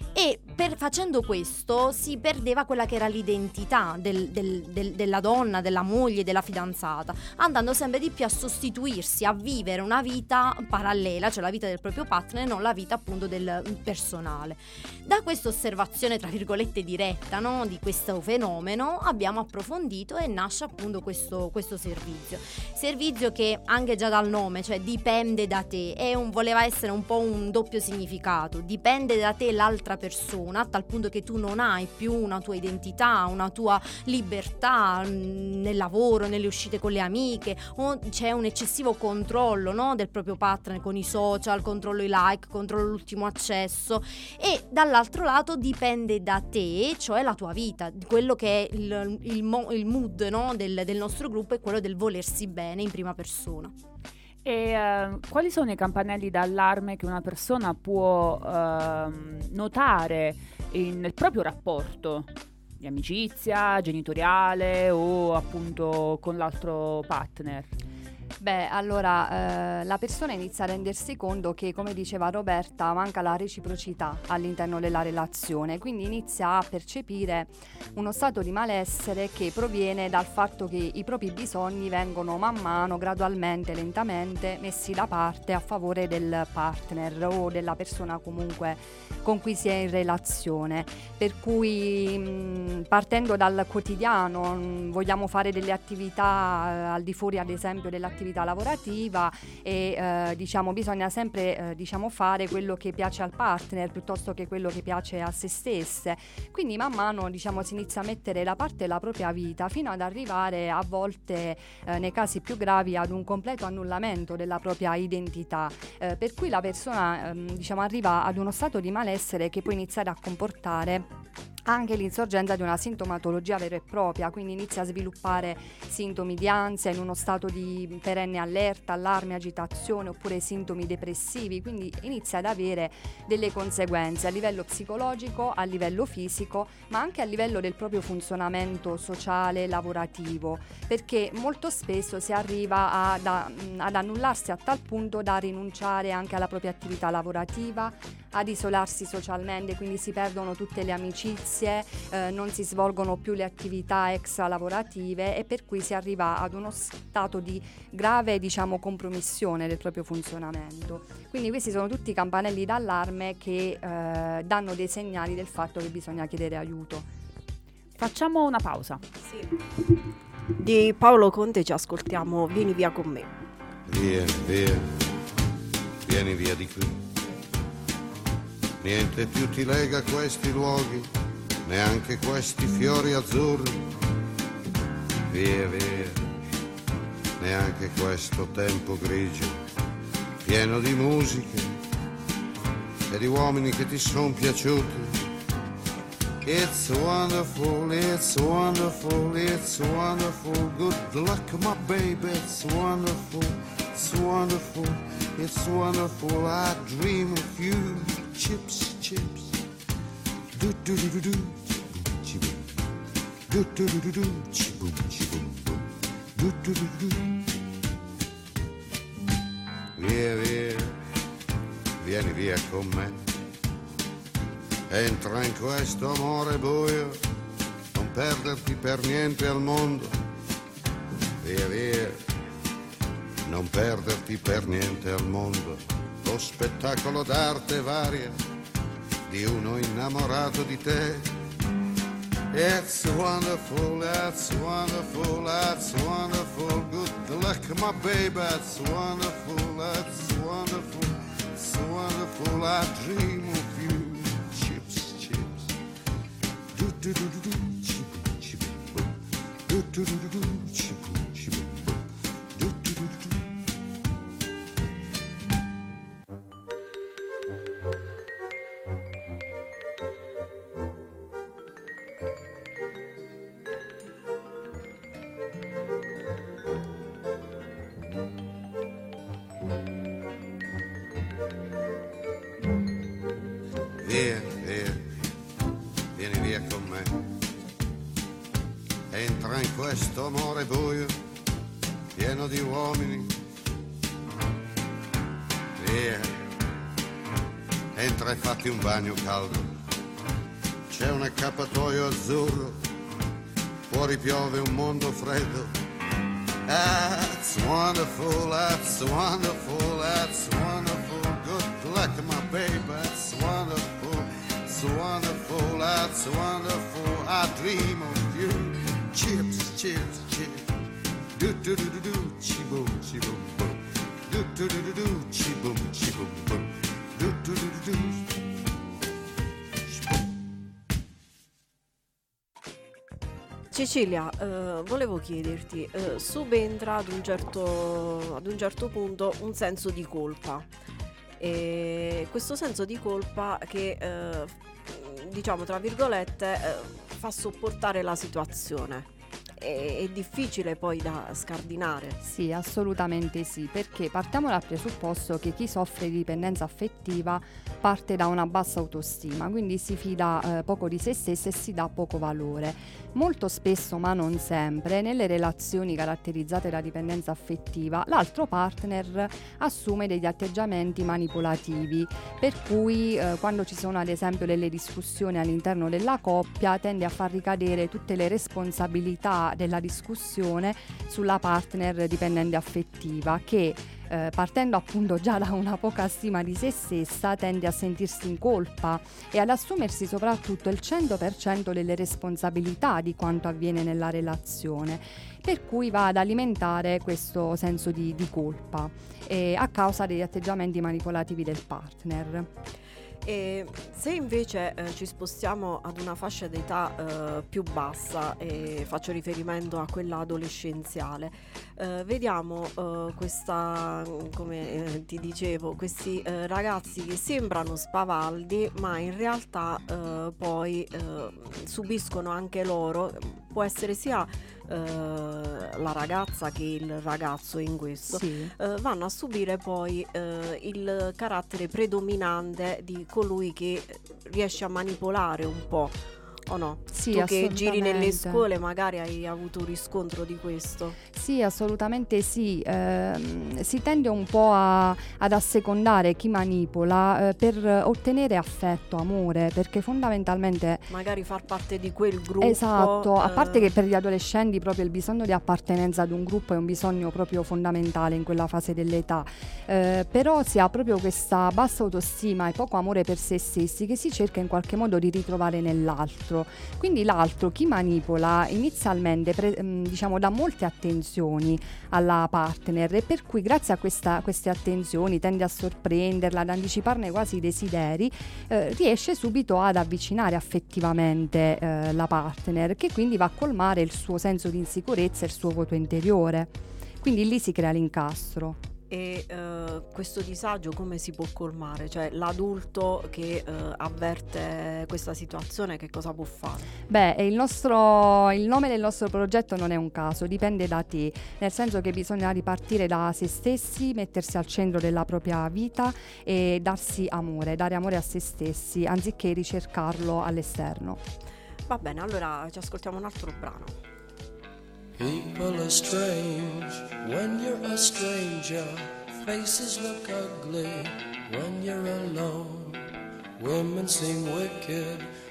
E per, facendo questo si perdeva quella che era l'identità del, del, del, della donna, della moglie, della fidanzata, andando sempre di più a sostituirsi, a vivere una vita parallela, cioè la vita del proprio partner e non la vita appunto del personale. Da questa osservazione tra virgolette diretta, no, di questo fenomeno abbiamo approfondito e nasce appunto questo, questo servizio servizio che anche già dal nome, cioè dipende da te, è un, voleva essere un po' un doppio significato. Dipende da te l'altra persona, a tal punto che tu non hai più una tua identità, una tua libertà mh, nel lavoro, nelle uscite con le amiche, o c'è un eccessivo controllo, no, del proprio partner con i social, controllo i like, controllo l'ultimo accesso. E dall'altro lato dipende da te, cioè la tua vita, quello che è il, il, mo, il mood, no, del, del nostro gruppo è quello del volersi bene in prima persona. E uh, quali sono i campanelli d'allarme che una persona può uh, notare in, nel proprio rapporto di amicizia, genitoriale o appunto con l'altro partner? Beh, allora eh, la persona inizia a rendersi conto che, come diceva Roberta, manca la reciprocità all'interno della relazione, quindi inizia a percepire uno stato di malessere che proviene dal fatto che i propri bisogni vengono man mano, gradualmente, lentamente messi da parte a favore del partner o della persona comunque con cui si è in relazione. Per cui mh, partendo dal quotidiano mh, vogliamo fare delle attività eh, al di fuori ad esempio dell'attività lavorativa e eh, diciamo bisogna sempre eh, diciamo fare quello che piace al partner piuttosto che quello che piace a se stesse, quindi man mano diciamo si inizia a mettere da parte la propria vita fino ad arrivare a volte eh, nei casi più gravi ad un completo annullamento della propria identità, eh, per cui la persona ehm, diciamo arriva ad uno stato di malessere che può iniziare a comportare anche l'insorgenza di una sintomatologia vera e propria, quindi inizia a sviluppare sintomi di ansia in uno stato di perenne allerta, allarme, agitazione oppure sintomi depressivi, quindi inizia ad avere delle conseguenze a livello psicologico, a livello fisico, ma anche a livello del proprio funzionamento sociale, lavorativo, perché molto spesso si arriva ad, ad annullarsi a tal punto da rinunciare anche alla propria attività lavorativa, ad isolarsi socialmente, quindi si perdono tutte le amicizie, eh, non si svolgono più le attività extra lavorative e per cui si arriva ad uno stato di grave diciamo compromissione del proprio funzionamento. Quindi questi sono tutti campanelli d'allarme che eh, danno dei segnali del fatto che bisogna chiedere aiuto. Facciamo una pausa. Sì. Di Paolo Conte ci ascoltiamo Vieni via con me. Via, via, vieni via di qui. Niente più ti lega a questi luoghi, neanche questi fiori azzurri. Via, via, neanche questo tempo grigio, pieno di musiche e di uomini che ti son piaciuti. It's wonderful, it's wonderful, it's wonderful. Good luck, my baby, it's wonderful, it's wonderful, it's wonderful. I dream of you. Chips, chips, do do do do do, chiboom, do do do do do, chiboom, chiboom, boom, do do do do. Via, via, vieni via con me. Entra in questo amore buio, non non perderti per niente al mondo, via via, non perderti per niente al mondo, lo spettacolo d'arte varia di uno innamorato di te. It's wonderful, it's wonderful, it's wonderful, good luck my baby, it's wonderful, it's wonderful, it's wonderful, I dream of you. Chips, chips, do do do do do, chip, chip, do do do do do, chip, chip, do do do do do. Via, via, vieni via con me. Entra in questo amore buio, pieno di uomini. Via, entra e fatti un bagno caldo. C'è un accappatoio azzurro, fuori piove un mondo freddo. That's wonderful, that's wonderful, that's wonderful. Good luck, my baby, that's wonderful, it's wonderful, that's wonderful. I dream of you. Chips, chips, chips. Do do do do do, chi boom, chi boom boom. Do do do do do, chi boom, chi boom boom. Do do do do do. Cecilia, eh, volevo chiederti, eh, subentra ad un, certo, ad un certo punto un senso di colpa, e questo senso di colpa che, eh, diciamo tra virgolette, eh, fa sopportare la situazione. È, è difficile poi da scardinare. Sì, assolutamente sì, perché partiamo dal presupposto che chi soffre di dipendenza affettiva parte da una bassa autostima, quindi si fida eh, poco di se stesso e si dà poco valore. Molto spesso, ma non sempre, nelle relazioni caratterizzate da dipendenza affettiva, l'altro partner assume degli atteggiamenti manipolativi, per cui eh, quando ci sono ad esempio delle discussioni all'interno della coppia tende a far ricadere tutte le responsabilità della discussione sulla partner dipendente affettiva, che eh, partendo appunto già da una poca stima di se stessa tende a sentirsi in colpa e ad assumersi soprattutto il cento per cento delle responsabilità di quanto avviene nella relazione, per cui va ad alimentare questo senso di, di colpa eh, a causa degli atteggiamenti manipolativi del partner. E se invece eh, ci spostiamo ad una fascia d'età eh, più bassa, e faccio riferimento a quella adolescenziale, eh, vediamo eh, questa, come eh, ti dicevo, questi eh, ragazzi che sembrano spavaldi, ma in realtà eh, poi eh, subiscono anche loro, può essere sia Uh, la ragazza che il ragazzo in questo, sì. uh, vanno a subire poi uh, il carattere predominante di colui che riesce a manipolare un po', o no? Sì, tu che giri nelle assolutamente. scuole magari hai avuto un riscontro di questo. Sì, assolutamente sì. Ehm, si tende un po' a, ad assecondare chi manipola eh, per ottenere affetto, amore, perché fondamentalmente Magari far parte di quel gruppo. esatto, a eh, parte che per gli adolescenti proprio il bisogno di appartenenza ad un gruppo è un bisogno proprio fondamentale in quella fase dell'età, eh, però si ha proprio questa bassa autostima e poco amore per se stessi che si cerca in qualche modo di ritrovare nell'altro. Quindi l'altro, chi manipola, inizialmente pre- mh, diciamo dà molte attenzioni alla partner, e per cui grazie a questa, queste attenzioni tende a sorprenderla, ad anticiparne quasi i desideri, eh, riesce subito ad avvicinare affettivamente eh, la partner, che quindi va a colmare il suo senso di insicurezza e il suo vuoto interiore. Quindi lì si crea l'incastro. E eh, questo disagio come si può colmare? Cioè l'adulto che eh, avverte questa situazione che cosa può fare? Beh, il nostro il nome del nostro progetto non è un caso, dipende da te, nel senso che bisogna ripartire da se stessi, mettersi al centro della propria vita e darsi amore, dare amore a se stessi, anziché ricercarlo all'esterno. Va bene, allora ci ascoltiamo un altro brano. People are strange when you're a stranger. Faces look ugly when you're alone. Women seem wicked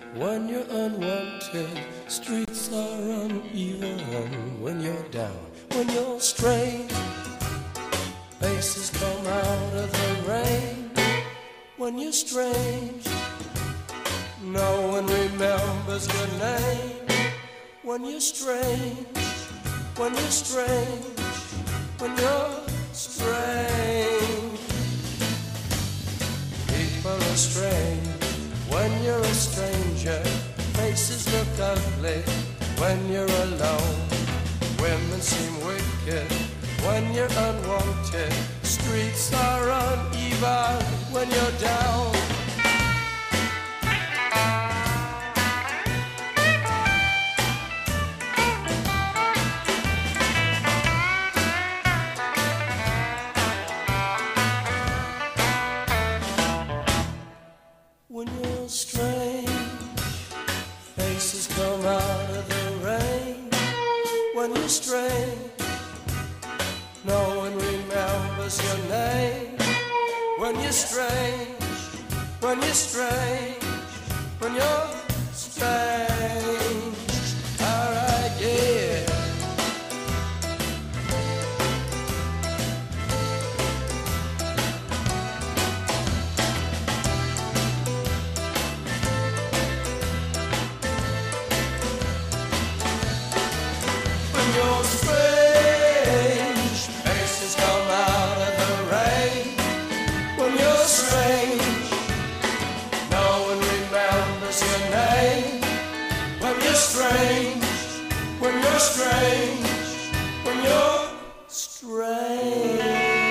when you're unwanted. Streets are uneven when you're down, when you're strange. Faces come out of the rain when you're strange. No one remembers your name when you're strange. When you're strange, when you're strange. People are strange when you're a stranger. Faces look ugly when you're alone. Women seem wicked when you're unwanted. Streets are uneven when you're down. When you're strange, faces come out of the rain. When you're strange, no one remembers your name. When you're strange, when you're strange, when you're strange. Alright, yeah. When you're strange, faces come out of the rain. When you're strange, no one remembers your name. When you're strange, when you're strange, when you're strange.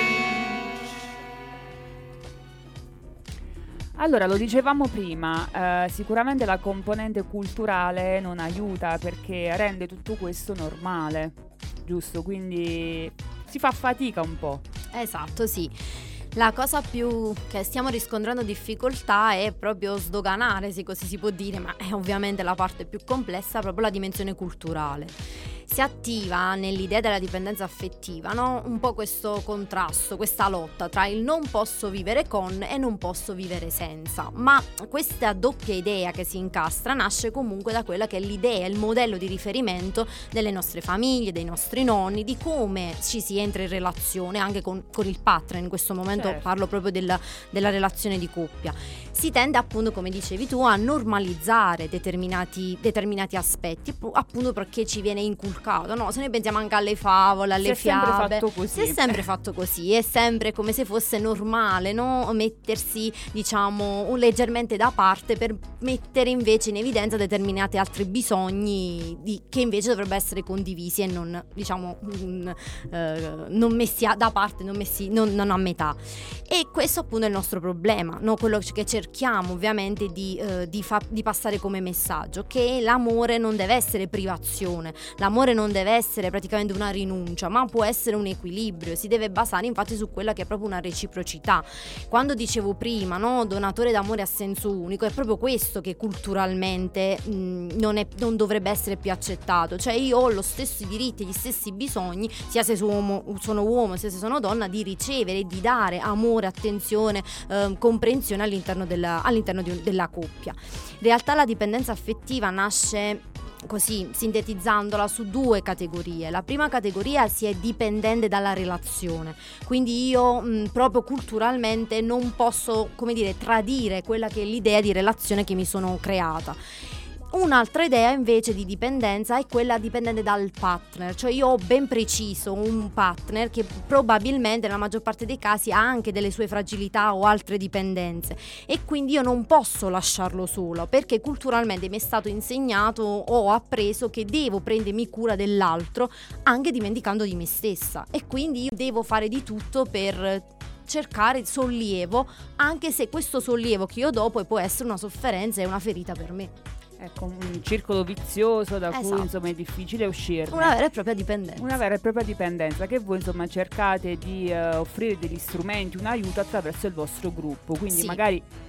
Allora, lo dicevamo prima, eh, sicuramente la componente culturale non aiuta perché rende tutto questo normale, giusto? Quindi si fa fatica un po'. Esatto, sì. La cosa più che stiamo riscontrando difficoltà è proprio sdoganare, se così si può dire, ma è ovviamente la parte più complessa, proprio la dimensione culturale. Si attiva nell'idea della dipendenza affettiva, no? Un po' questo contrasto, questa lotta tra il non posso vivere con e non posso vivere senza. Ma questa doppia idea che si incastra nasce comunque da quella che è l'idea, il modello di riferimento delle nostre famiglie, dei nostri nonni, di come ci si entra in relazione anche con, con il partner. In questo momento Certo. parlo proprio della, della relazione di coppia. Si tende appunto, come dicevi tu, a normalizzare determinati, determinati aspetti, appunto perché ci viene inculcato, no? Se noi pensiamo anche alle favole, alle Si è sempre fiabe, fatto così. si è sempre fatto così, è sempre come se fosse normale, no? Mettersi, diciamo, un leggermente da parte per mettere invece in evidenza determinati altri bisogni di, che invece dovrebbero essere condivisi e non, diciamo, un, eh, non messi a, da parte, non messi non, non a metà. E questo appunto è il nostro problema, no? Quello che cerchiamo ovviamente di, eh, di, fa- di passare come messaggio, che l'amore non deve essere privazione, l'amore non deve essere praticamente una rinuncia, ma può essere un equilibrio, si deve basare infatti su quella che è proprio una reciprocità. Quando dicevo prima, no, donatore d'amore a senso unico, è proprio questo che culturalmente mh, non, è, non dovrebbe essere più accettato, cioè io ho lo stesso diritti, gli stessi bisogni, sia se sono uomo, sono uomo sia se sono donna, di ricevere, di dare amore, attenzione, eh, comprensione all'interno, della, all'interno di, della coppia. In realtà la dipendenza affettiva nasce, così sintetizzandola, su due categorie. La prima categoria si è dipendente dalla relazione, quindi io mh, proprio culturalmente non posso, come dire, tradire quella che è l'idea di relazione che mi sono creata. Un'altra idea invece di dipendenza è quella dipendente dal partner, cioè io ho ben preciso un partner che probabilmente nella maggior parte dei casi ha anche delle sue fragilità o altre dipendenze e quindi io non posso lasciarlo solo perché culturalmente mi è stato insegnato o ho appreso che devo prendermi cura dell'altro anche dimenticando di me stessa e quindi io devo fare di tutto per cercare sollievo, anche se questo sollievo che io do poi può essere una sofferenza e una ferita per me. Ecco, un circolo vizioso da Esatto. cui insomma è difficile uscirne. Una vera e propria dipendenza. Una vera e propria dipendenza che voi insomma cercate di uh, offrire degli strumenti, un aiuto attraverso il vostro gruppo. Quindi Sì. magari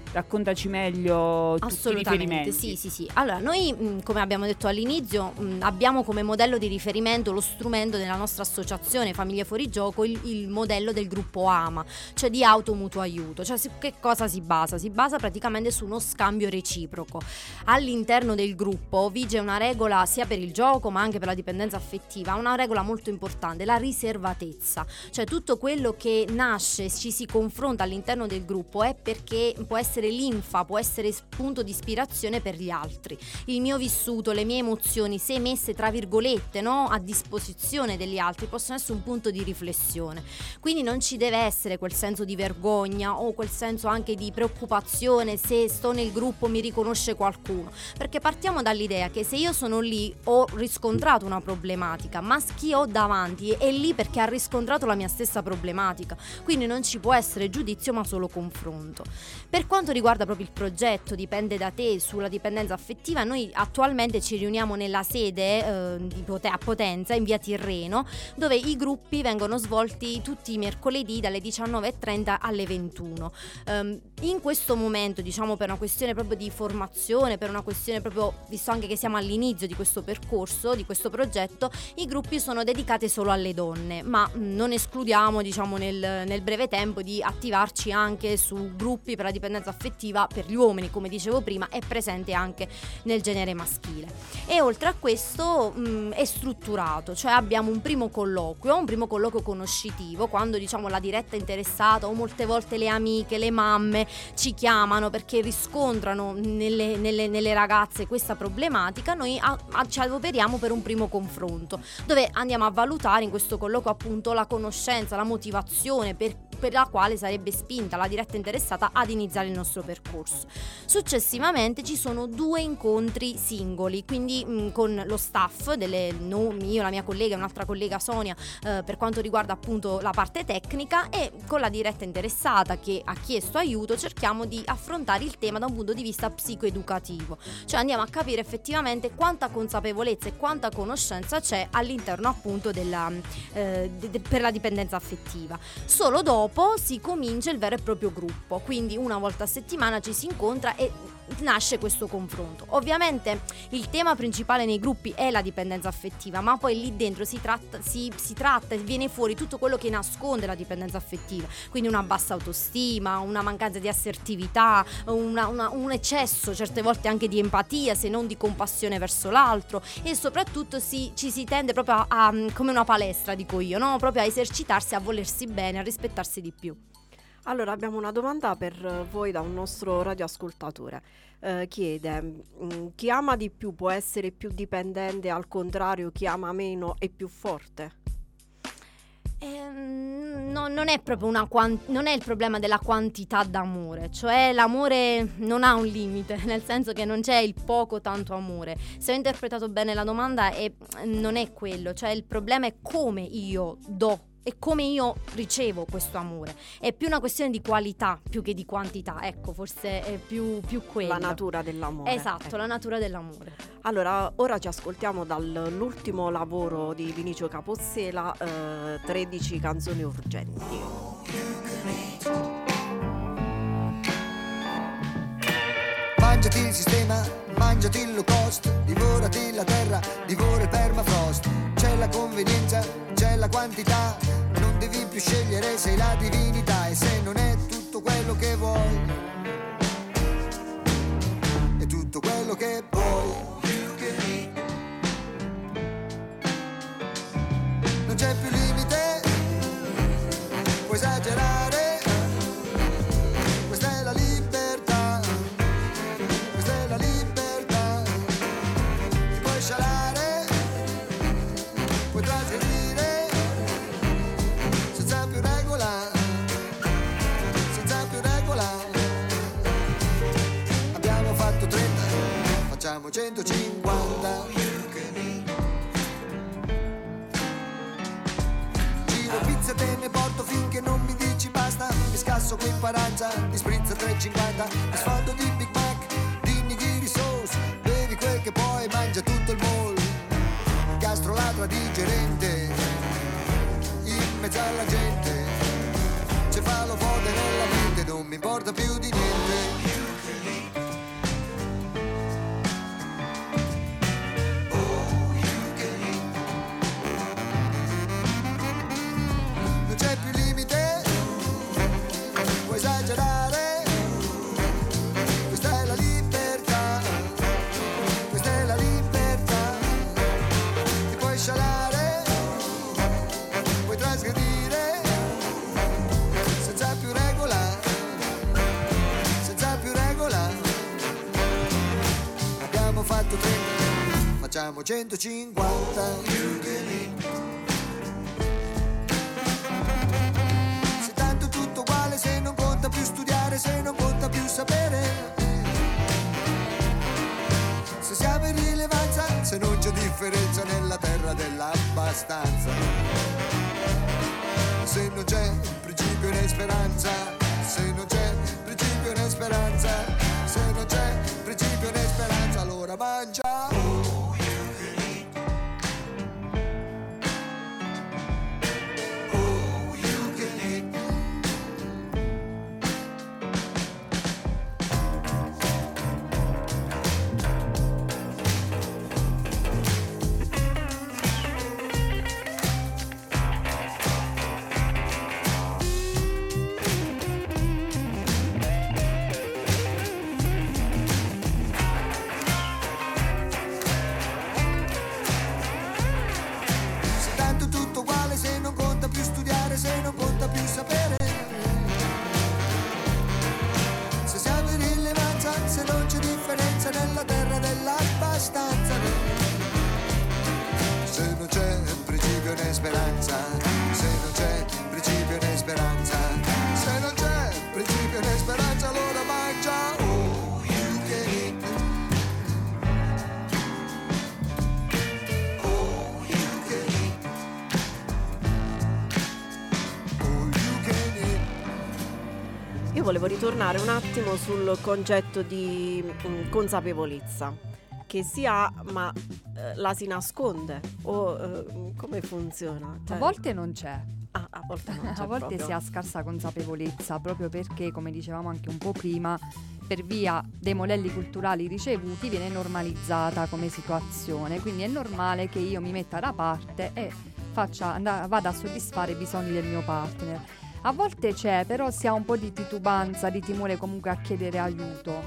raccontaci meglio tutti i Assolutamente, riferimenti. sì, sì, sì. Allora, noi, mh, come abbiamo detto all'inizio, mh, abbiamo come modello di riferimento lo strumento della nostra associazione Famiglie Fuori Gioco, il, il modello del gruppo A M A, cioè di auto mutuo aiuto. Cioè, su che cosa si basa? Si basa praticamente su uno scambio reciproco. All'interno del gruppo vige una regola sia per il gioco ma anche per la dipendenza affettiva, una regola molto importante, la riservatezza. Cioè tutto quello che nasce, ci si confronta all'interno del gruppo è perché può essere linfa, può essere punto di ispirazione per gli altri. Il mio vissuto, le mie emozioni, se messe tra virgolette, no, a disposizione degli altri, possono essere un punto di riflessione. Quindi non ci deve essere quel senso di vergogna o quel senso anche di preoccupazione se sto nel gruppo mi riconosce qualcuno, perché partiamo dall'idea che se io sono lì ho riscontrato una problematica, ma chi ho davanti è lì perché ha riscontrato la mia stessa problematica, quindi non ci può essere giudizio ma solo confronto. Per quanto riguarda proprio il progetto Dipende da te sulla dipendenza affettiva, noi attualmente ci riuniamo nella sede eh, di Pote- a Potenza in via Tirreno, dove i gruppi vengono svolti tutti i mercoledì dalle diciannove e trenta alle ventuno. Um, in questo momento, diciamo, per una questione proprio di formazione, per una questione proprio, visto anche che siamo all'inizio di questo percorso, di questo progetto, i gruppi sono dedicati solo alle donne, ma mh, non escludiamo, diciamo, nel, nel breve tempo di attivarci anche su gruppi per la dipendenza affettiva per gli uomini. Come dicevo prima, è presente anche nel genere maschile. E oltre a questo mh, è strutturato, cioè abbiamo un primo colloquio, un primo colloquio conoscitivo, quando, diciamo, la diretta interessata o molte volte le amiche, le mamme ci chiamano perché riscontrano nelle, nelle, nelle ragazze questa problematica. Noi a, a, ci adoperiamo per un primo confronto, dove andiamo a valutare in questo colloquio appunto la conoscenza, la motivazione per, per la quale sarebbe spinta la diretta interessata ad iniziare il nostro percorso. Successivamente ci sono due incontri singoli, quindi mh, con lo staff, delle, no, io, la mia collega e un'altra collega Sonia, eh, per quanto riguarda appunto la parte tecnica, e con la diretta interessata che ha chiesto aiuto cerchiamo di affrontare il tema da un punto di vista psicoeducativo, cioè andiamo a capire effettivamente quanta consapevolezza e quanta conoscenza c'è all'interno appunto della, eh, de, de, per la dipendenza affettiva. Solo dopo si comincia il vero e proprio gruppo, quindi una volta a settimana ci si incontra e nasce questo confronto. Ovviamente il tema principale nei gruppi è la dipendenza affettiva, ma poi lì dentro si tratta, si, si tratta e viene fuori tutto quello che nasconde la dipendenza affettiva, quindi una bassa autostima, una mancanza di assertività, una, una, un eccesso certe volte anche di empatia, se non di compassione verso l'altro, e soprattutto si, ci si tende proprio a, a come una palestra, dico io, no? Proprio a esercitarsi, a volersi bene, a rispettarsi di più. Allora abbiamo una domanda per voi da un nostro radioascoltatore. Eh, chiede: mh, chi ama di più può essere più dipendente, al contrario chi ama meno è più forte? Eh, no, non è proprio una quant- non è il problema della quantità d'amore, cioè l'amore non ha un limite, nel senso che non c'è il poco tanto amore. Se ho interpretato bene la domanda, è, non è quello, cioè il problema è come io do e come io ricevo questo amore. È più una questione di qualità più che di quantità, ecco, forse è più, più quello. La natura dell'amore. Esatto, ecco. La natura dell'amore. Allora, ora ci ascoltiamo dall'ultimo lavoro di Vinicio Capozzela, eh, tredici canzoni urgenti. Mangiati il sistema, mangiati il low cost, divorati la terra, divora il permafrost. C'è la convenienza, c'è la quantità, non devi più scegliere, sei la divinità. E se non è tutto quello che vuoi, è tutto quello che puoi. Non c'è più limite, puoi esagerare, questa è la libertà, questa è la libertà. Ti puoi scialare, puoi trasgredire, senza più regola, senza più regola. Abbiamo fatto trenta, facciamo centocinquanta. Giro pizza, te ne porto finché non mi dici basta. Mi scasso qui in paranza, mi sprizza tre e cinquanta. Mi sfondo di Big Mac, di nigiri sauce. Bevi quel che puoi, mangia tutto il mall. Gastroladra digerente, in mezzo alla gente. Cefalofote nella mente, non mi importa più di niente. facciamo centocinquanta. Se tanto tutto uguale, se non conta più studiare, se non conta più sapere, se siamo in rilevanza, se non c'è differenza nella terra dell'abbastanza, se non c'è principio né speranza, se non c'è principio né speranza, se non c'è principio né speranza, allora mangia. Volevo ritornare un attimo sul concetto di mh, consapevolezza che si ha, ma eh, la si nasconde o eh, come funziona? Cioè... A volte non c'è. Ah, a volte non c'è a volte proprio. si ha scarsa consapevolezza, proprio perché, come dicevamo anche un po' prima, per via dei modelli culturali ricevuti viene normalizzata come situazione, quindi è normale che io mi metta da parte e faccia, and- vada a soddisfare i bisogni del mio partner. A volte c'è, però si ha un po' di titubanza, di timore comunque a chiedere aiuto.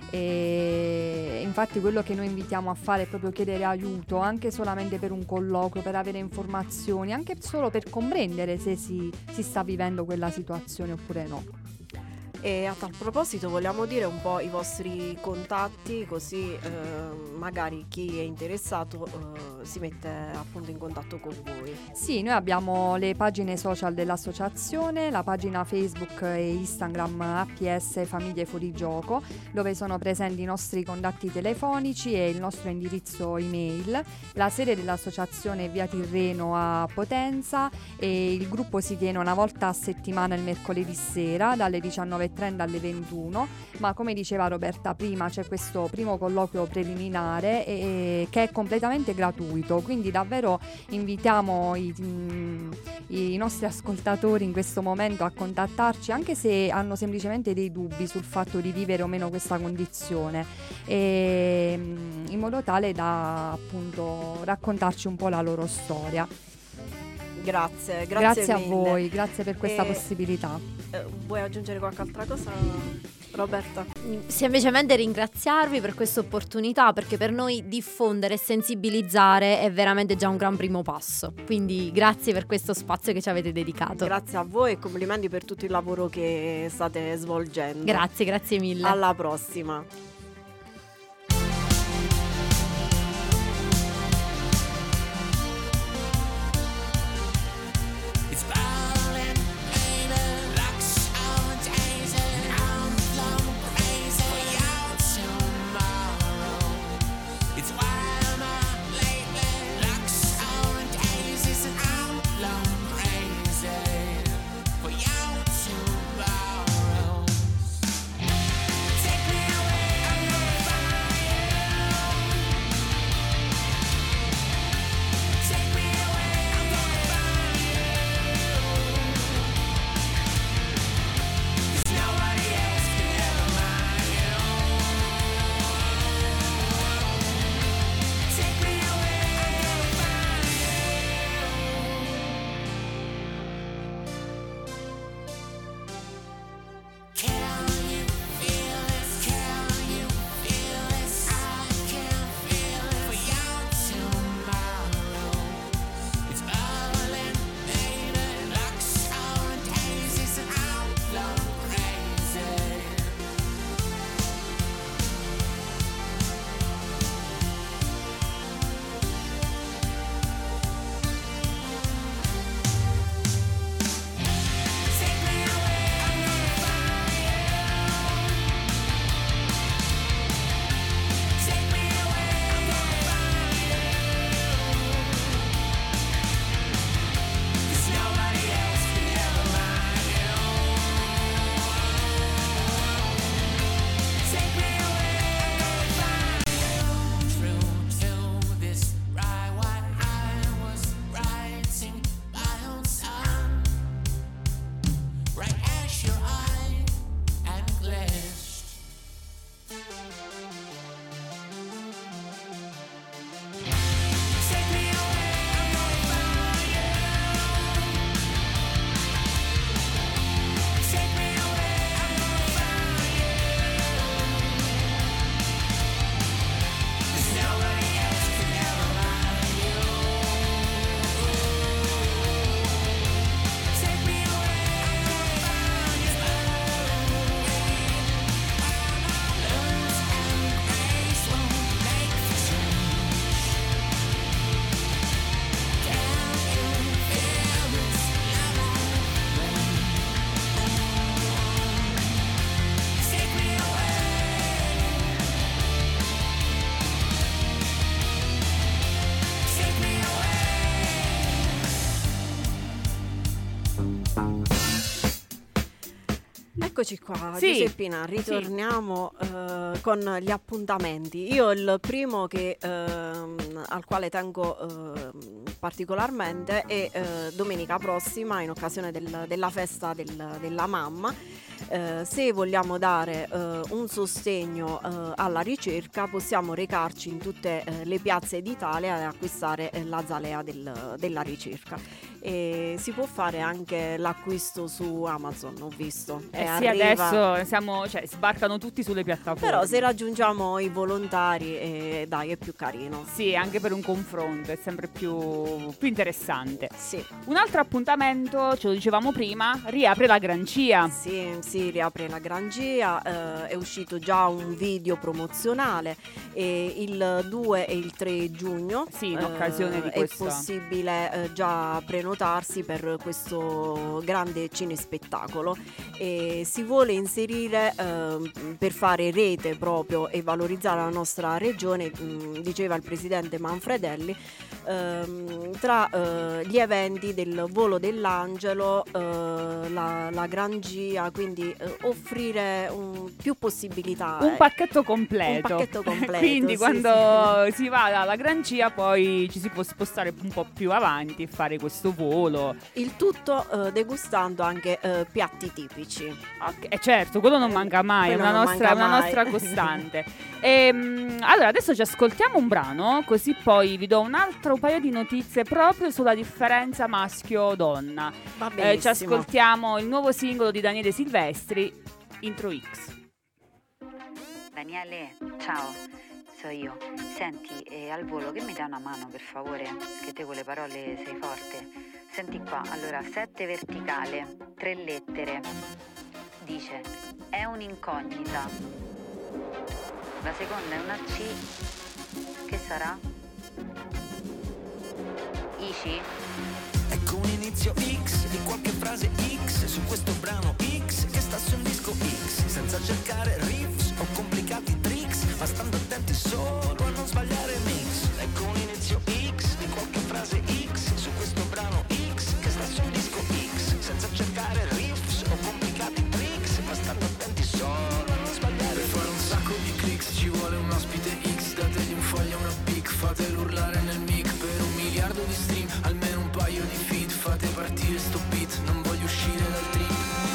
E infatti quello che noi invitiamo a fare è proprio chiedere aiuto, anche solamente per un colloquio, per avere informazioni, anche solo per comprendere se si, si sta vivendo quella situazione oppure no. E a tal proposito vogliamo dire un po' i vostri contatti, così eh, magari chi è interessato eh, si mette appunto in contatto con voi. Sì, noi abbiamo le pagine social dell'associazione, la pagina Facebook e Instagram A P S Famiglie Fuori Gioco, dove sono presenti i nostri contatti telefonici e il nostro indirizzo email. La sede dell'associazione è via Tirreno a Potenza e il gruppo si tiene una volta a settimana il mercoledì sera dalle diciannove e trenta alle ventuno, ma come diceva Roberta prima c'è questo primo colloquio preliminare e, che è completamente gratuito, quindi davvero invitiamo i, mm, i nostri ascoltatori in questo momento a contattarci anche se hanno semplicemente dei dubbi sul fatto di vivere o meno questa condizione, e, mm, in modo tale da appunto raccontarci un po' la loro storia. Grazie, grazie, grazie a mille. voi, grazie per questa E, possibilità. eh, vuoi aggiungere qualche altra cosa, Roberta? Semplicemente ringraziarvi per questa opportunità, perché per noi diffondere e sensibilizzare è veramente già un gran primo passo. Quindi grazie per questo spazio che ci avete dedicato. Grazie a voi e complimenti per tutto il lavoro che state svolgendo. Grazie, grazie mille. Alla prossima. Take me away. Eccoci qua, Sì. Giuseppina, ritorniamo eh, con gli appuntamenti. Io il primo che, ehm, al quale tengo ehm, particolarmente è eh, domenica prossima, in occasione del- della festa del- della mamma. Eh, se vogliamo dare eh, un sostegno eh, alla ricerca, possiamo recarci in tutte eh, le piazze d'Italia e acquistare eh, la zalea del- della ricerca. E si può fare anche l'acquisto su Amazon, ho visto. Eh E sì, arriva- adesso siamo, cioè, sbarcano tutti sulle piattaforme. Però se raggiungiamo i volontari, eh, dai, è più carino. Sì, anche per un confronto è sempre più, più interessante. Sì. Un altro appuntamento, ce lo dicevamo prima, riapre la Grancia. Sì, si riapre la Grangia, eh, è uscito già un video promozionale e il due e il tre giugno. Sì, in occasione di è questo. possibile eh, già prenotarsi per questo grande cinespettacolo e si vuole inserire eh, per fare rete proprio e valorizzare la nostra regione, mh, diceva il presidente Manfredelli, ehm, tra eh, gli eventi del volo dell'angelo, eh, la, la Grangia, quindi eh, offrire un- più possibilità. Un eh. pacchetto completo. Un pacchetto completo, Quindi sì, quando si va alla Grancia poi ci si può spostare un po' più avanti e fare questo volo. Il tutto eh, degustando anche eh, piatti tipici. Ok, eh, certo, quello non manca mai, è quello una non nostra, manca una mai. nostra costante. Ehm, allora, adesso ci ascoltiamo un brano, così poi vi do un altro paio di notizie proprio sulla differenza maschio-donna. Va Eh, ci benissimo. ascoltiamo il nuovo singolo di Daniele Silvestri, Intro X. Daniele, ciao, so io. Senti, eh, al volo che mi dai una mano per favore? Che te con le parole sei forte. Senti qua, allora, sette verticale, tre lettere. Dice, è un'incognita. La seconda è una C. Che sarà? Ici? Ecco un inizio X di qualche frase X su questo brano X che sta su un disco X, senza cercare riffs o complicati tricks, ma stando attenti solo a non sbagliare mix. Ecco un inizio X di qualche frase X su questo brano X che sta su un disco X, senza cercare riffs o complicati tricks, ma stando attenti solo a non sbagliare. Per fare un sacco di clicks ci vuole un ospite X, dategli un foglio, una pic, fatelo urlare nel mic per un miliardo di stream, almeno un paio di feed, fate partire sto beat, non voglio uscire dal trip.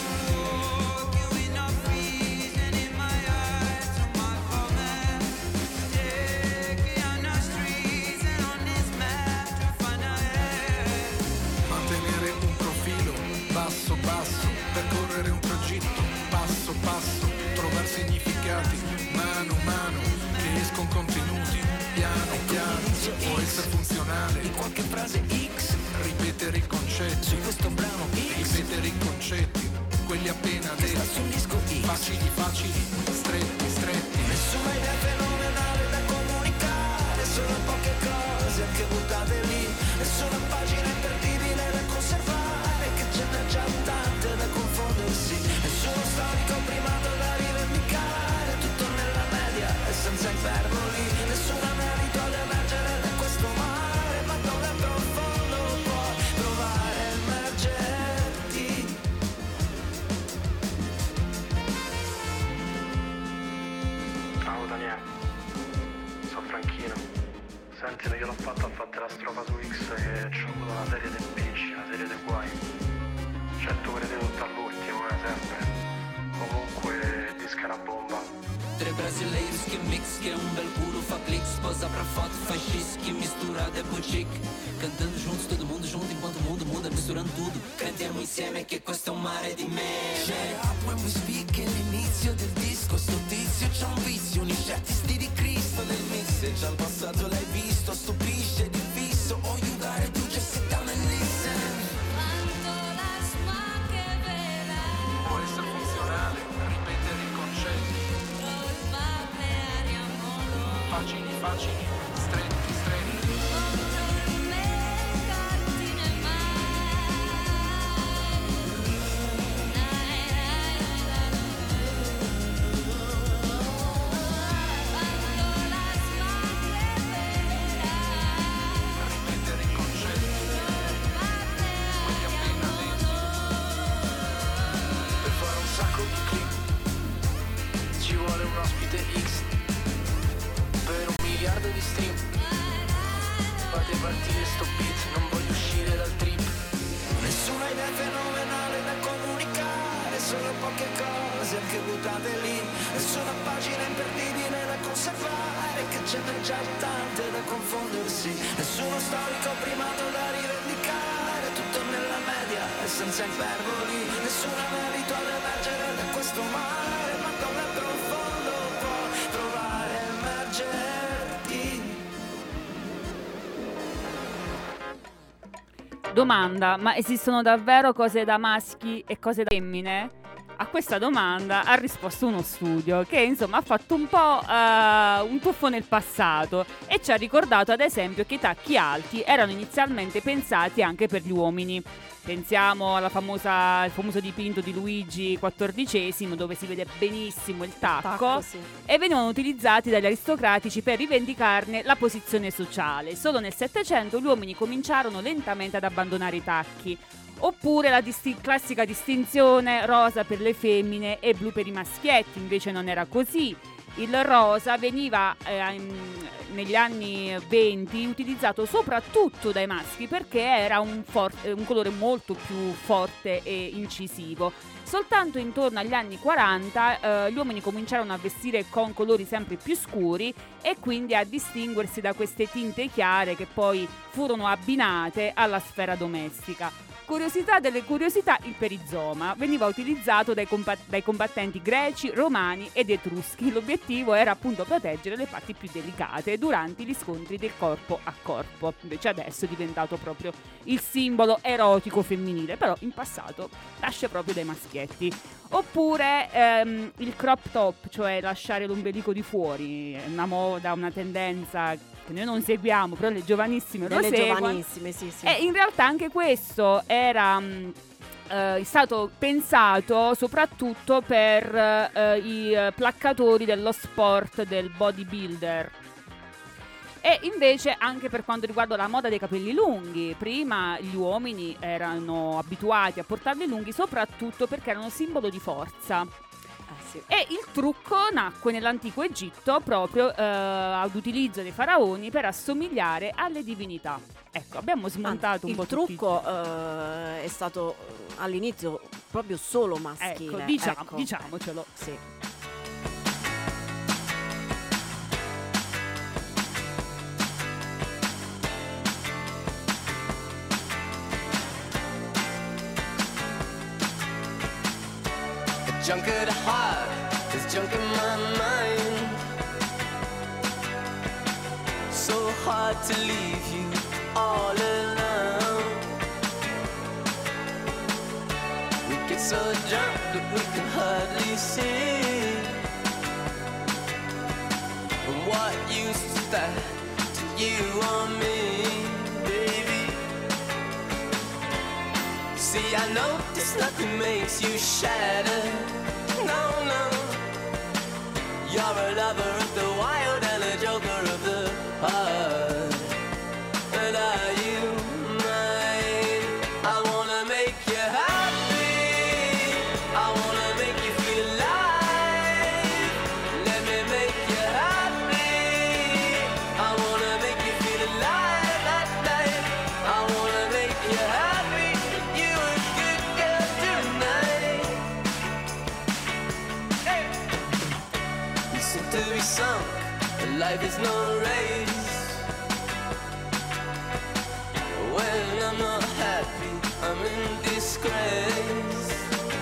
Mantenere un profilo basso basso, percorrere un tragitto passo passo, trovare significati mano a mano che escono contenuti piano piano, può essere funzionale di qualche frase X, ripetere i concetti su questo brano X, ripetere i concetti, quelli appena detti sul disco X, facili facili, stretti stretti, nessuna idea fenomenale da comunicare, solo poche cose anche buttate lì, nessuna pagina imperdibile da conservare, che ce n'è già tante da confondersi, nessuno storico primato da rivendicare, tutto nella media e senza iperboli, nessuna merito ad emergere da questo mare, ma dove profondo può provare a immergerti. Ciao Daniele, sono Franchino. Senti, io l'ho fatta a fare la strofa su X che c'ho avuto una serie di impicci, una serie di guai. Certo credete tutto all'ultimo, eh, sempre. Comunque, il disco è una bomba. Tre brasileiros que mix, que é um belo puro fablix, posa pra foto, faz x, que misturado é boutique. Cantando juntos, todo mundo junto, enquanto o mundo muda, misturando tudo. Cantiamo insieme che questo è un mare di meme. Shut up when we speak, è l'inizio del disco, sto tizio c'ha un vizio, unisce artisti di Cristo nel mix, e già il passato l'hai visto, stupisce di fisso, oh you gotta do just sit down and listen. Può essere funzionale, ripetere i concetti. Facili, facili, stretti, stretti. Ripetere i concetti, quelli appena detti. Per fare un sacco di click di stream. Fate partire sto beat, non voglio uscire dal trip. Nessuna idea fenomenale da comunicare, solo poche cose anche buttate lì. Nessuna pagina imperdibile da conservare, che ce n'è già tante da confondersi. Nessuno storico primato da rivendicare, tutto nella media e senza iperboli. Nessuna merito ad emergere da questo mare, ma dove profondo può provare a emergerti. Domanda, ma esistono davvero cose da maschi e cose da femmine? A questa domanda ha risposto uno studio che insomma ha fatto un po' uh, un tuffo nel passato e ci ha ricordato ad esempio che i tacchi alti erano inizialmente pensati anche per gli uomini. Pensiamo alla famosa, al famoso dipinto di Luigi quattordicesimo dove si vede benissimo il tacco, Tacco, sì. e venivano utilizzati dagli aristocratici per rivendicarne la posizione sociale. Solo nel Settecento gli uomini cominciarono lentamente ad abbandonare i tacchi. Oppure la disti- classica distinzione rosa per le femmine e blu per i maschietti, invece non era così. Il rosa veniva eh, in, negli anni venti utilizzato soprattutto dai maschi perché era un, for- un colore molto più forte e incisivo. Soltanto intorno agli anni quaranta eh, gli uomini cominciarono a vestire con colori sempre più scuri e quindi a distinguersi da queste tinte chiare che poi furono abbinate alla sfera domestica. Curiosità delle curiosità, il perizoma veniva utilizzato dai, compa- dai combattenti greci, romani ed etruschi. L'obiettivo era appunto proteggere le parti più delicate durante gli scontri del corpo a corpo. Invece adesso è diventato proprio il simbolo erotico femminile, però in passato nasce proprio dai maschietti. Oppure ehm, il crop top, cioè lasciare l'ombelico di fuori, è una moda, una tendenza che noi non seguiamo, però le giovanissime lo Delle seguono. giovanissime, sì, sì. E in realtà anche questo era mh, eh, stato pensato soprattutto per eh, i eh, placcatori dello sport del bodybuilder. E invece anche per quanto riguarda la moda dei capelli lunghi, prima gli uomini erano abituati a portarli lunghi soprattutto perché erano simbolo di forza. Sì. E il trucco nacque nell'antico Egitto proprio eh, ad utilizzo dei faraoni per assomigliare alle divinità. Ecco, abbiamo smontato un il po' trucco tutti. eh, è stato eh, all'inizio proprio solo maschile. Ecco, diciamo, ecco. diciamocelo. Sì. Junk at heart, there's junk in my mind. So hard to leave you all alone. We get so drunk that we can hardly see. And what use is that to you or me, baby? See, I notice nothing makes you shatter. No, no. You're a lover of the wild and a joker of the heart. But are you mine? I wanna make you happy. I wanna make you feel alive. Let me make you happy. I wanna make you feel alive at night. I wanna make you happy. You a good girl tonight. Hey. You seem to be sunk, but life is no race. When I'm not happy, I'm in disgrace.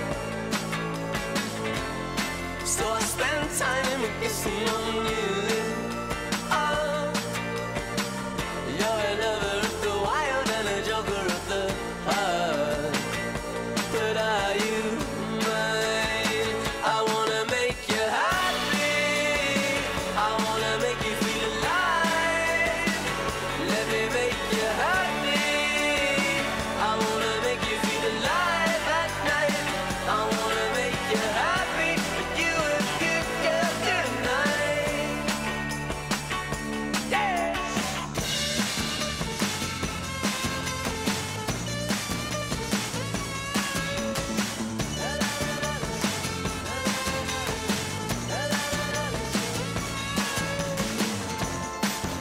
So I spend time kissing on you. Oh, you're a lover of the wild and a joker of the heart. But are you mine? I wanna make you happy. I wanna make you feel alive. Let me make you happy. I wanna make you feel alive at night. I wanna make you happy. But you a good girl tonight.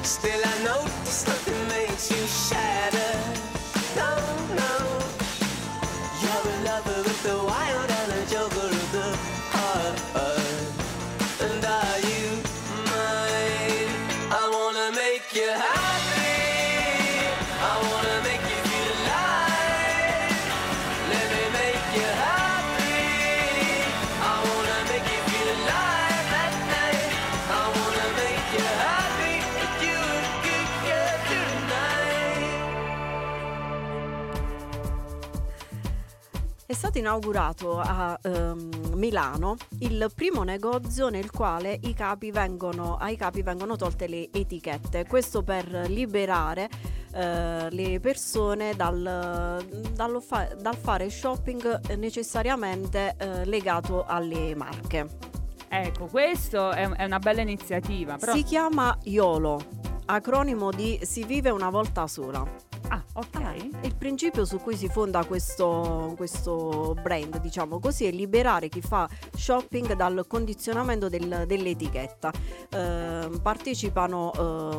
Still I notice nothing makes you shatter. No, no. You're a lover of the wild and a joker of the heart. And are you mine? I wanna make you happy. I wanna make you feel alive. Let me make you happy. I wanna make you feel alive at night. I wanna make you happy. You a good girl tonight. È stato inaugurato a ehm, Milano il primo negozio nel quale i capi vengono, ai capi vengono tolte le etichette, questo per liberare eh, le persone dal, dallo fa- dal fare shopping necessariamente eh, legato alle marche. Ecco, questo è, è una bella iniziativa. Però... Si chiama YOLO, acronimo di Si vive una volta sola. Ah, ok. Il principio su cui si fonda questo, questo brand, diciamo così, è liberare chi fa shopping dal condizionamento del- dell'etichetta. Ehm, partecipano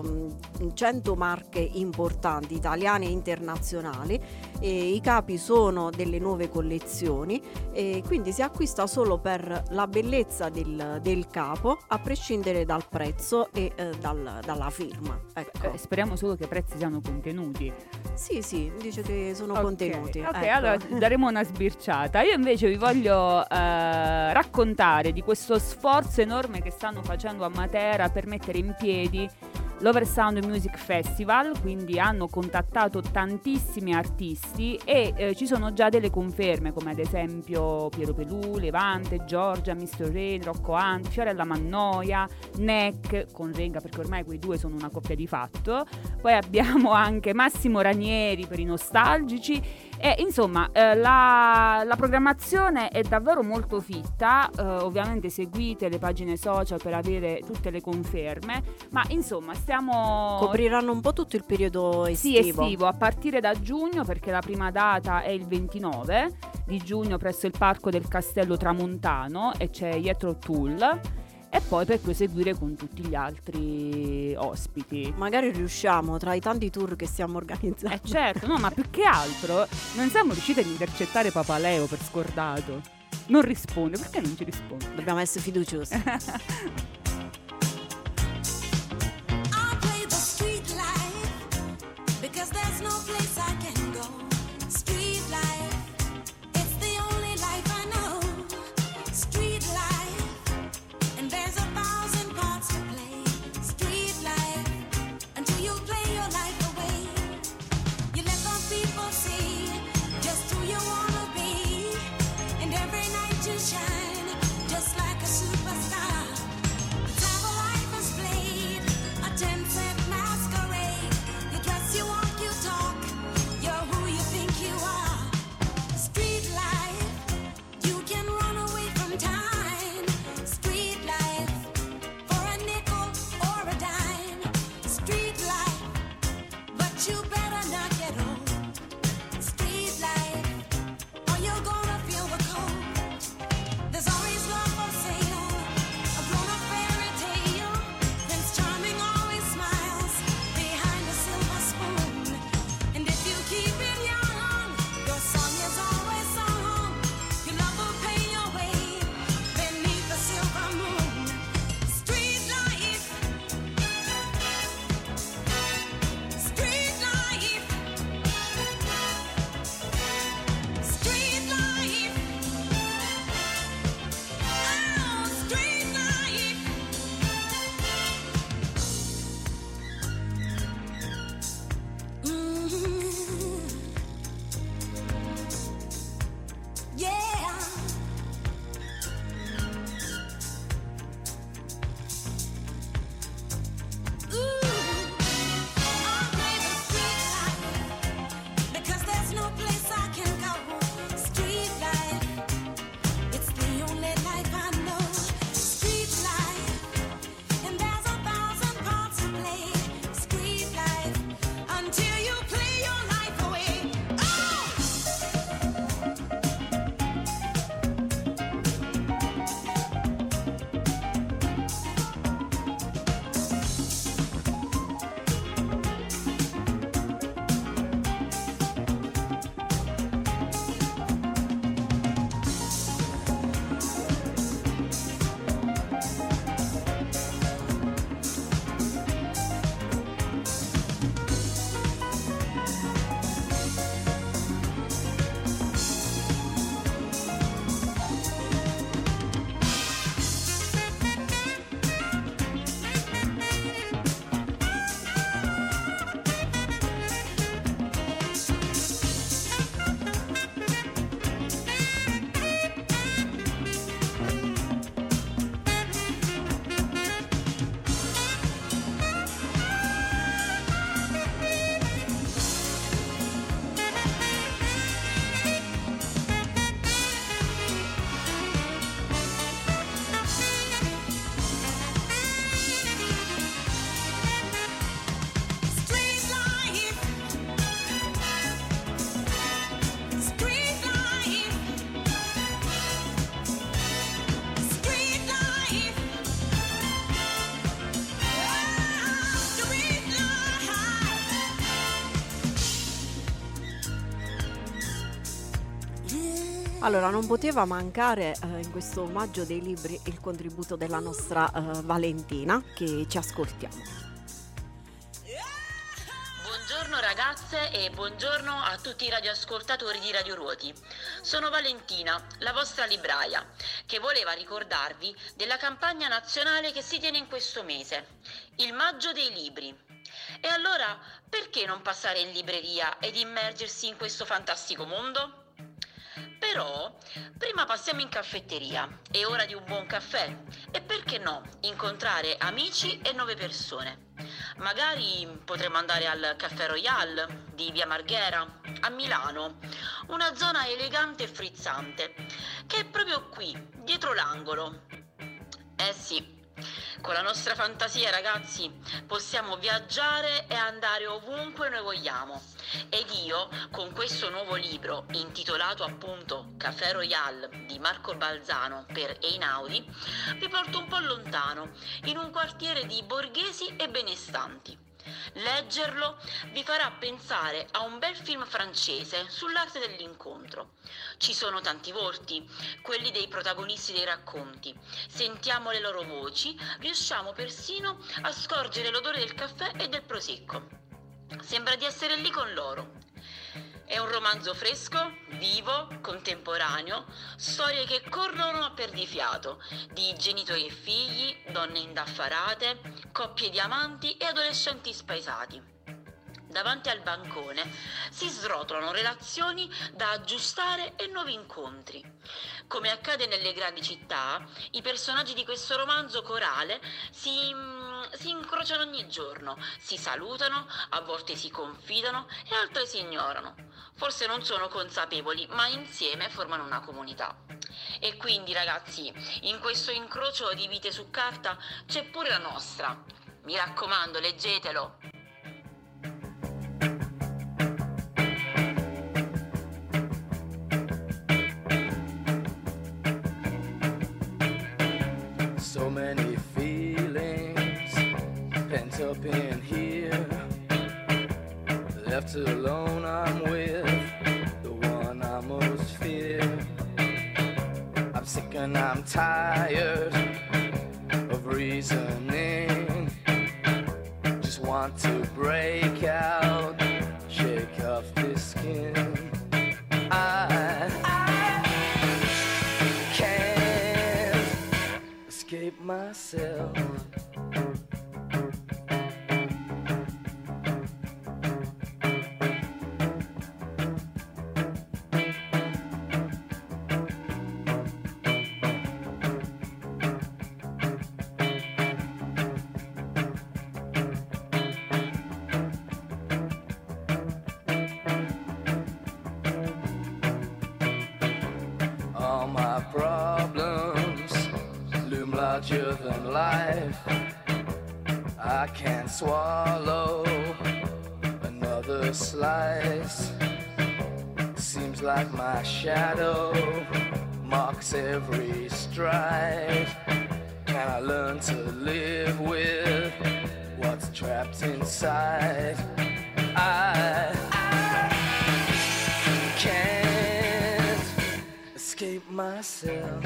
ehm, cento marche importanti, italiane e internazionali, e i capi sono delle nuove collezioni, e quindi si acquista solo per la bellezza del, del capo, a prescindere dal prezzo e eh, dal- dalla firma. Ecco. Eh, speriamo solo che i prezzi siano contenuti. Sì, sì, dice che sono Ok, contenuti. Ok, ecco. allora daremo una sbirciata. Io invece vi voglio eh, raccontare di questo sforzo enorme che stanno facendo a Matera per mettere in piedi l'Oversound Music Festival, quindi hanno contattato tantissimi artisti e eh, ci sono già delle conferme, come ad esempio Piero Pelù, Levante, Giorgia, mister Rain, Rocco Hunt, Fiorella Mannoia, Neck con Renga, perché ormai quei due sono una coppia di fatto. Poi abbiamo anche Massimo Ranieri per i nostalgici. E insomma eh, la, la programmazione è davvero molto fitta, eh, ovviamente seguite le pagine social per avere tutte le conferme, ma insomma stiamo... Copriranno un po' tutto il periodo Sì, estivo. estivo, a partire da giugno, perché la prima data è il ventinove di giugno presso il Parco del Castello Tramontano e c'è Jethro Tull. E poi per proseguire con tutti gli altri ospiti. Magari riusciamo tra i tanti tour che stiamo organizzando. Eh certo, no, ma più che altro non siamo riusciti ad intercettare Papaleo per scordato. Non risponde, perché non ci risponde? Dobbiamo essere fiduciosi. I play the street life because there's no place I can go. Street life, it's the only life I know. Street life, and there's a thousand parts to play. Street life, until you play your life away. You let the people see just who you wanna be, and every night you shine just like a superstar. Allora, non poteva mancare eh, in questo omaggio dei libri il contributo della nostra eh, Valentina, che ci ascoltiamo. Buongiorno ragazze e buongiorno a tutti i radioascoltatori di Radio Ruoti. Sono Valentina, la vostra libraia, che voleva ricordarvi della campagna nazionale che si tiene in questo mese, il Maggio dei Libri. E allora, perché non passare in libreria ed immergersi in questo fantastico mondo? Però, prima passiamo in caffetteria, è ora di un buon caffè e perché no, incontrare amici e nuove persone. Magari potremmo andare al Caffè Royal di Via Marghera, a Milano, una zona elegante e frizzante, che è proprio qui, dietro l'angolo. Eh sì, con la nostra fantasia ragazzi possiamo viaggiare e andare ovunque noi vogliamo. Ed io con questo nuovo libro intitolato appunto Caffè Royal di Marco Balzano per Einaudi vi porto un po' lontano in un quartiere di borghesi e benestanti. Leggerlo vi farà pensare a un bel film francese sull'arte dell'incontro. Ci sono tanti volti, quelli dei protagonisti dei racconti. Sentiamo le loro voci, riusciamo persino a scorgere l'odore del caffè e del prosecco. Sembra di essere lì con loro. È un romanzo fresco, vivo, contemporaneo, storie che corrono a perdifiato, di genitori e figli, donne indaffarate, coppie di amanti e adolescenti spaesati. Davanti al bancone si srotolano relazioni da aggiustare e nuovi incontri. Come accade nelle grandi città, i personaggi di questo romanzo corale si, si incrociano ogni giorno, si salutano, a volte si confidano e altre si ignorano. Forse non sono consapevoli, ma insieme formano una comunità. E quindi ragazzi, in questo incrocio di vite su carta c'è pure la nostra. Mi raccomando, leggetelo! So many feelings pent up in here. Left alone, I'm with the one I most fear. I'm sick and I'm tired of reasoning. Just want to break out, shake off this skin. I, I can't escape myself. All my problems loom larger than life. I can't swallow another slice. Seems like my shadow marks every stride. Can I learn to live with what's trapped inside? I, I can't escape myself.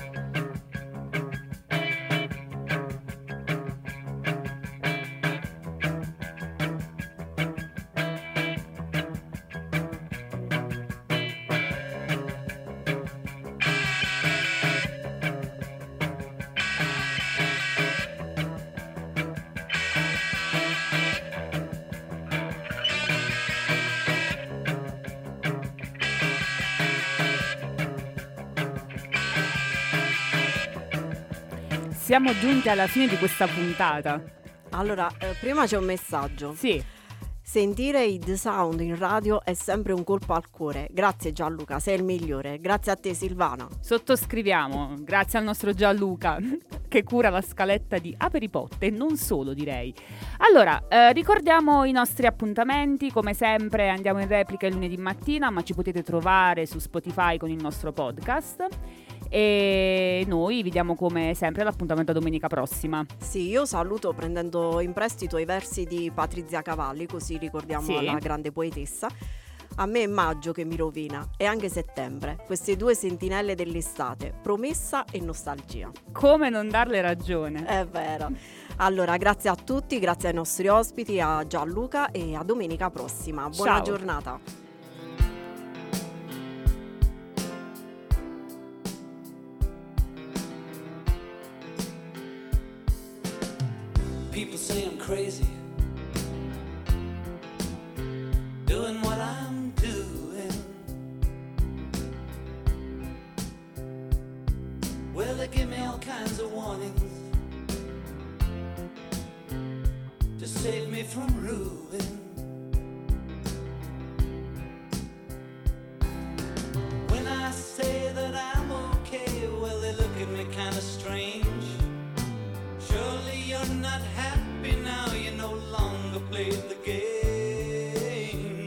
Siamo giunti alla fine di questa puntata. Allora, eh, prima c'è un messaggio. Sì. Sentire i The Sound in radio è sempre un colpo al cuore. Grazie Gianluca, sei il migliore. Grazie a te Silvana. Sottoscriviamo, grazie al nostro Gianluca che cura la scaletta di Aperipotte e non solo, direi. Allora, eh, ricordiamo i nostri appuntamenti, come sempre andiamo in replica il lunedì mattina, ma ci potete trovare su Spotify con il nostro podcast. E noi vi diamo come sempre l'appuntamento a domenica prossima. Sì, io saluto prendendo in prestito i versi di Patrizia Cavalli, così ricordiamo Sì. la grande poetessa. A me è maggio che mi rovina e anche settembre, queste due sentinelle dell'estate, promessa e nostalgia. Come non darle ragione? È vero. Allora, grazie a tutti, grazie ai nostri ospiti, a Gianluca, e a domenica prossima. Buona Ciao. giornata. People say I'm crazy, doing what I'm doing. Well, they give me all kinds of warnings to save me from ruin. When I say that I'm okay, well, they look at me kind of strange. Surely you're not happy now, you no longer play the game.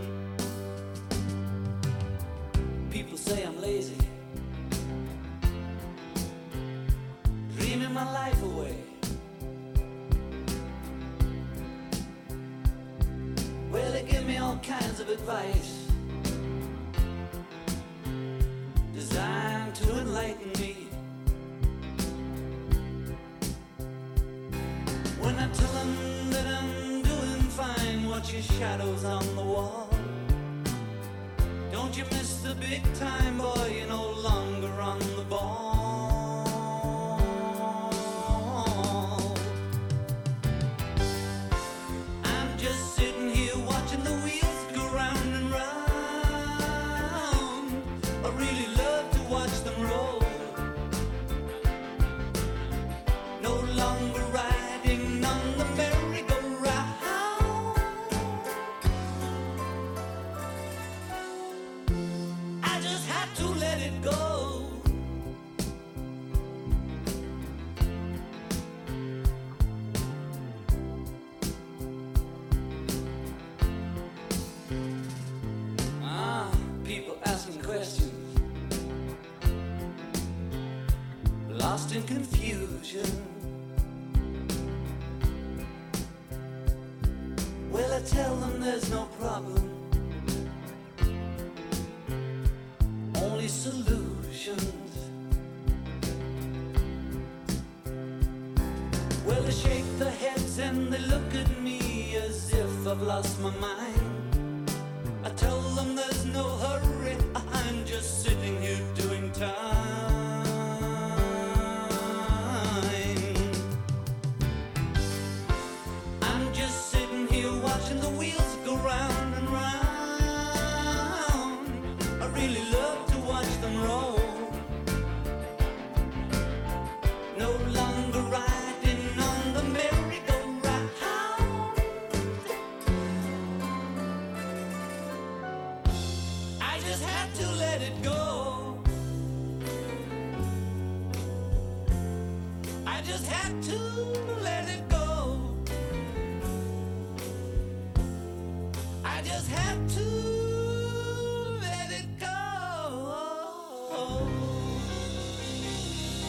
People say I'm lazy, dreaming my life away. Well, they give me all kinds of advice designed to enlighten me. When I tell them that I'm doing fine, watch your shadows on the wall. Don't you miss the big time, boy, you're no longer on the ball. I'm just sitting here watching the wheels go round and round. I really love to watch them roll. No longer riding on the merry-go-round. I just had to let it go. Ah, people asking questions, lost in confusion. Well, I tell them there's no problem, only solutions. Well, they shake their heads and they look at me as if I've lost my mind. I tell them there's no hurry, I'm just sitting here doing time. I'm just sitting here watching the wheels go round and round. I really love to watch them roll. No longer riding on the merry-go-round. I just had to let it go. I just had to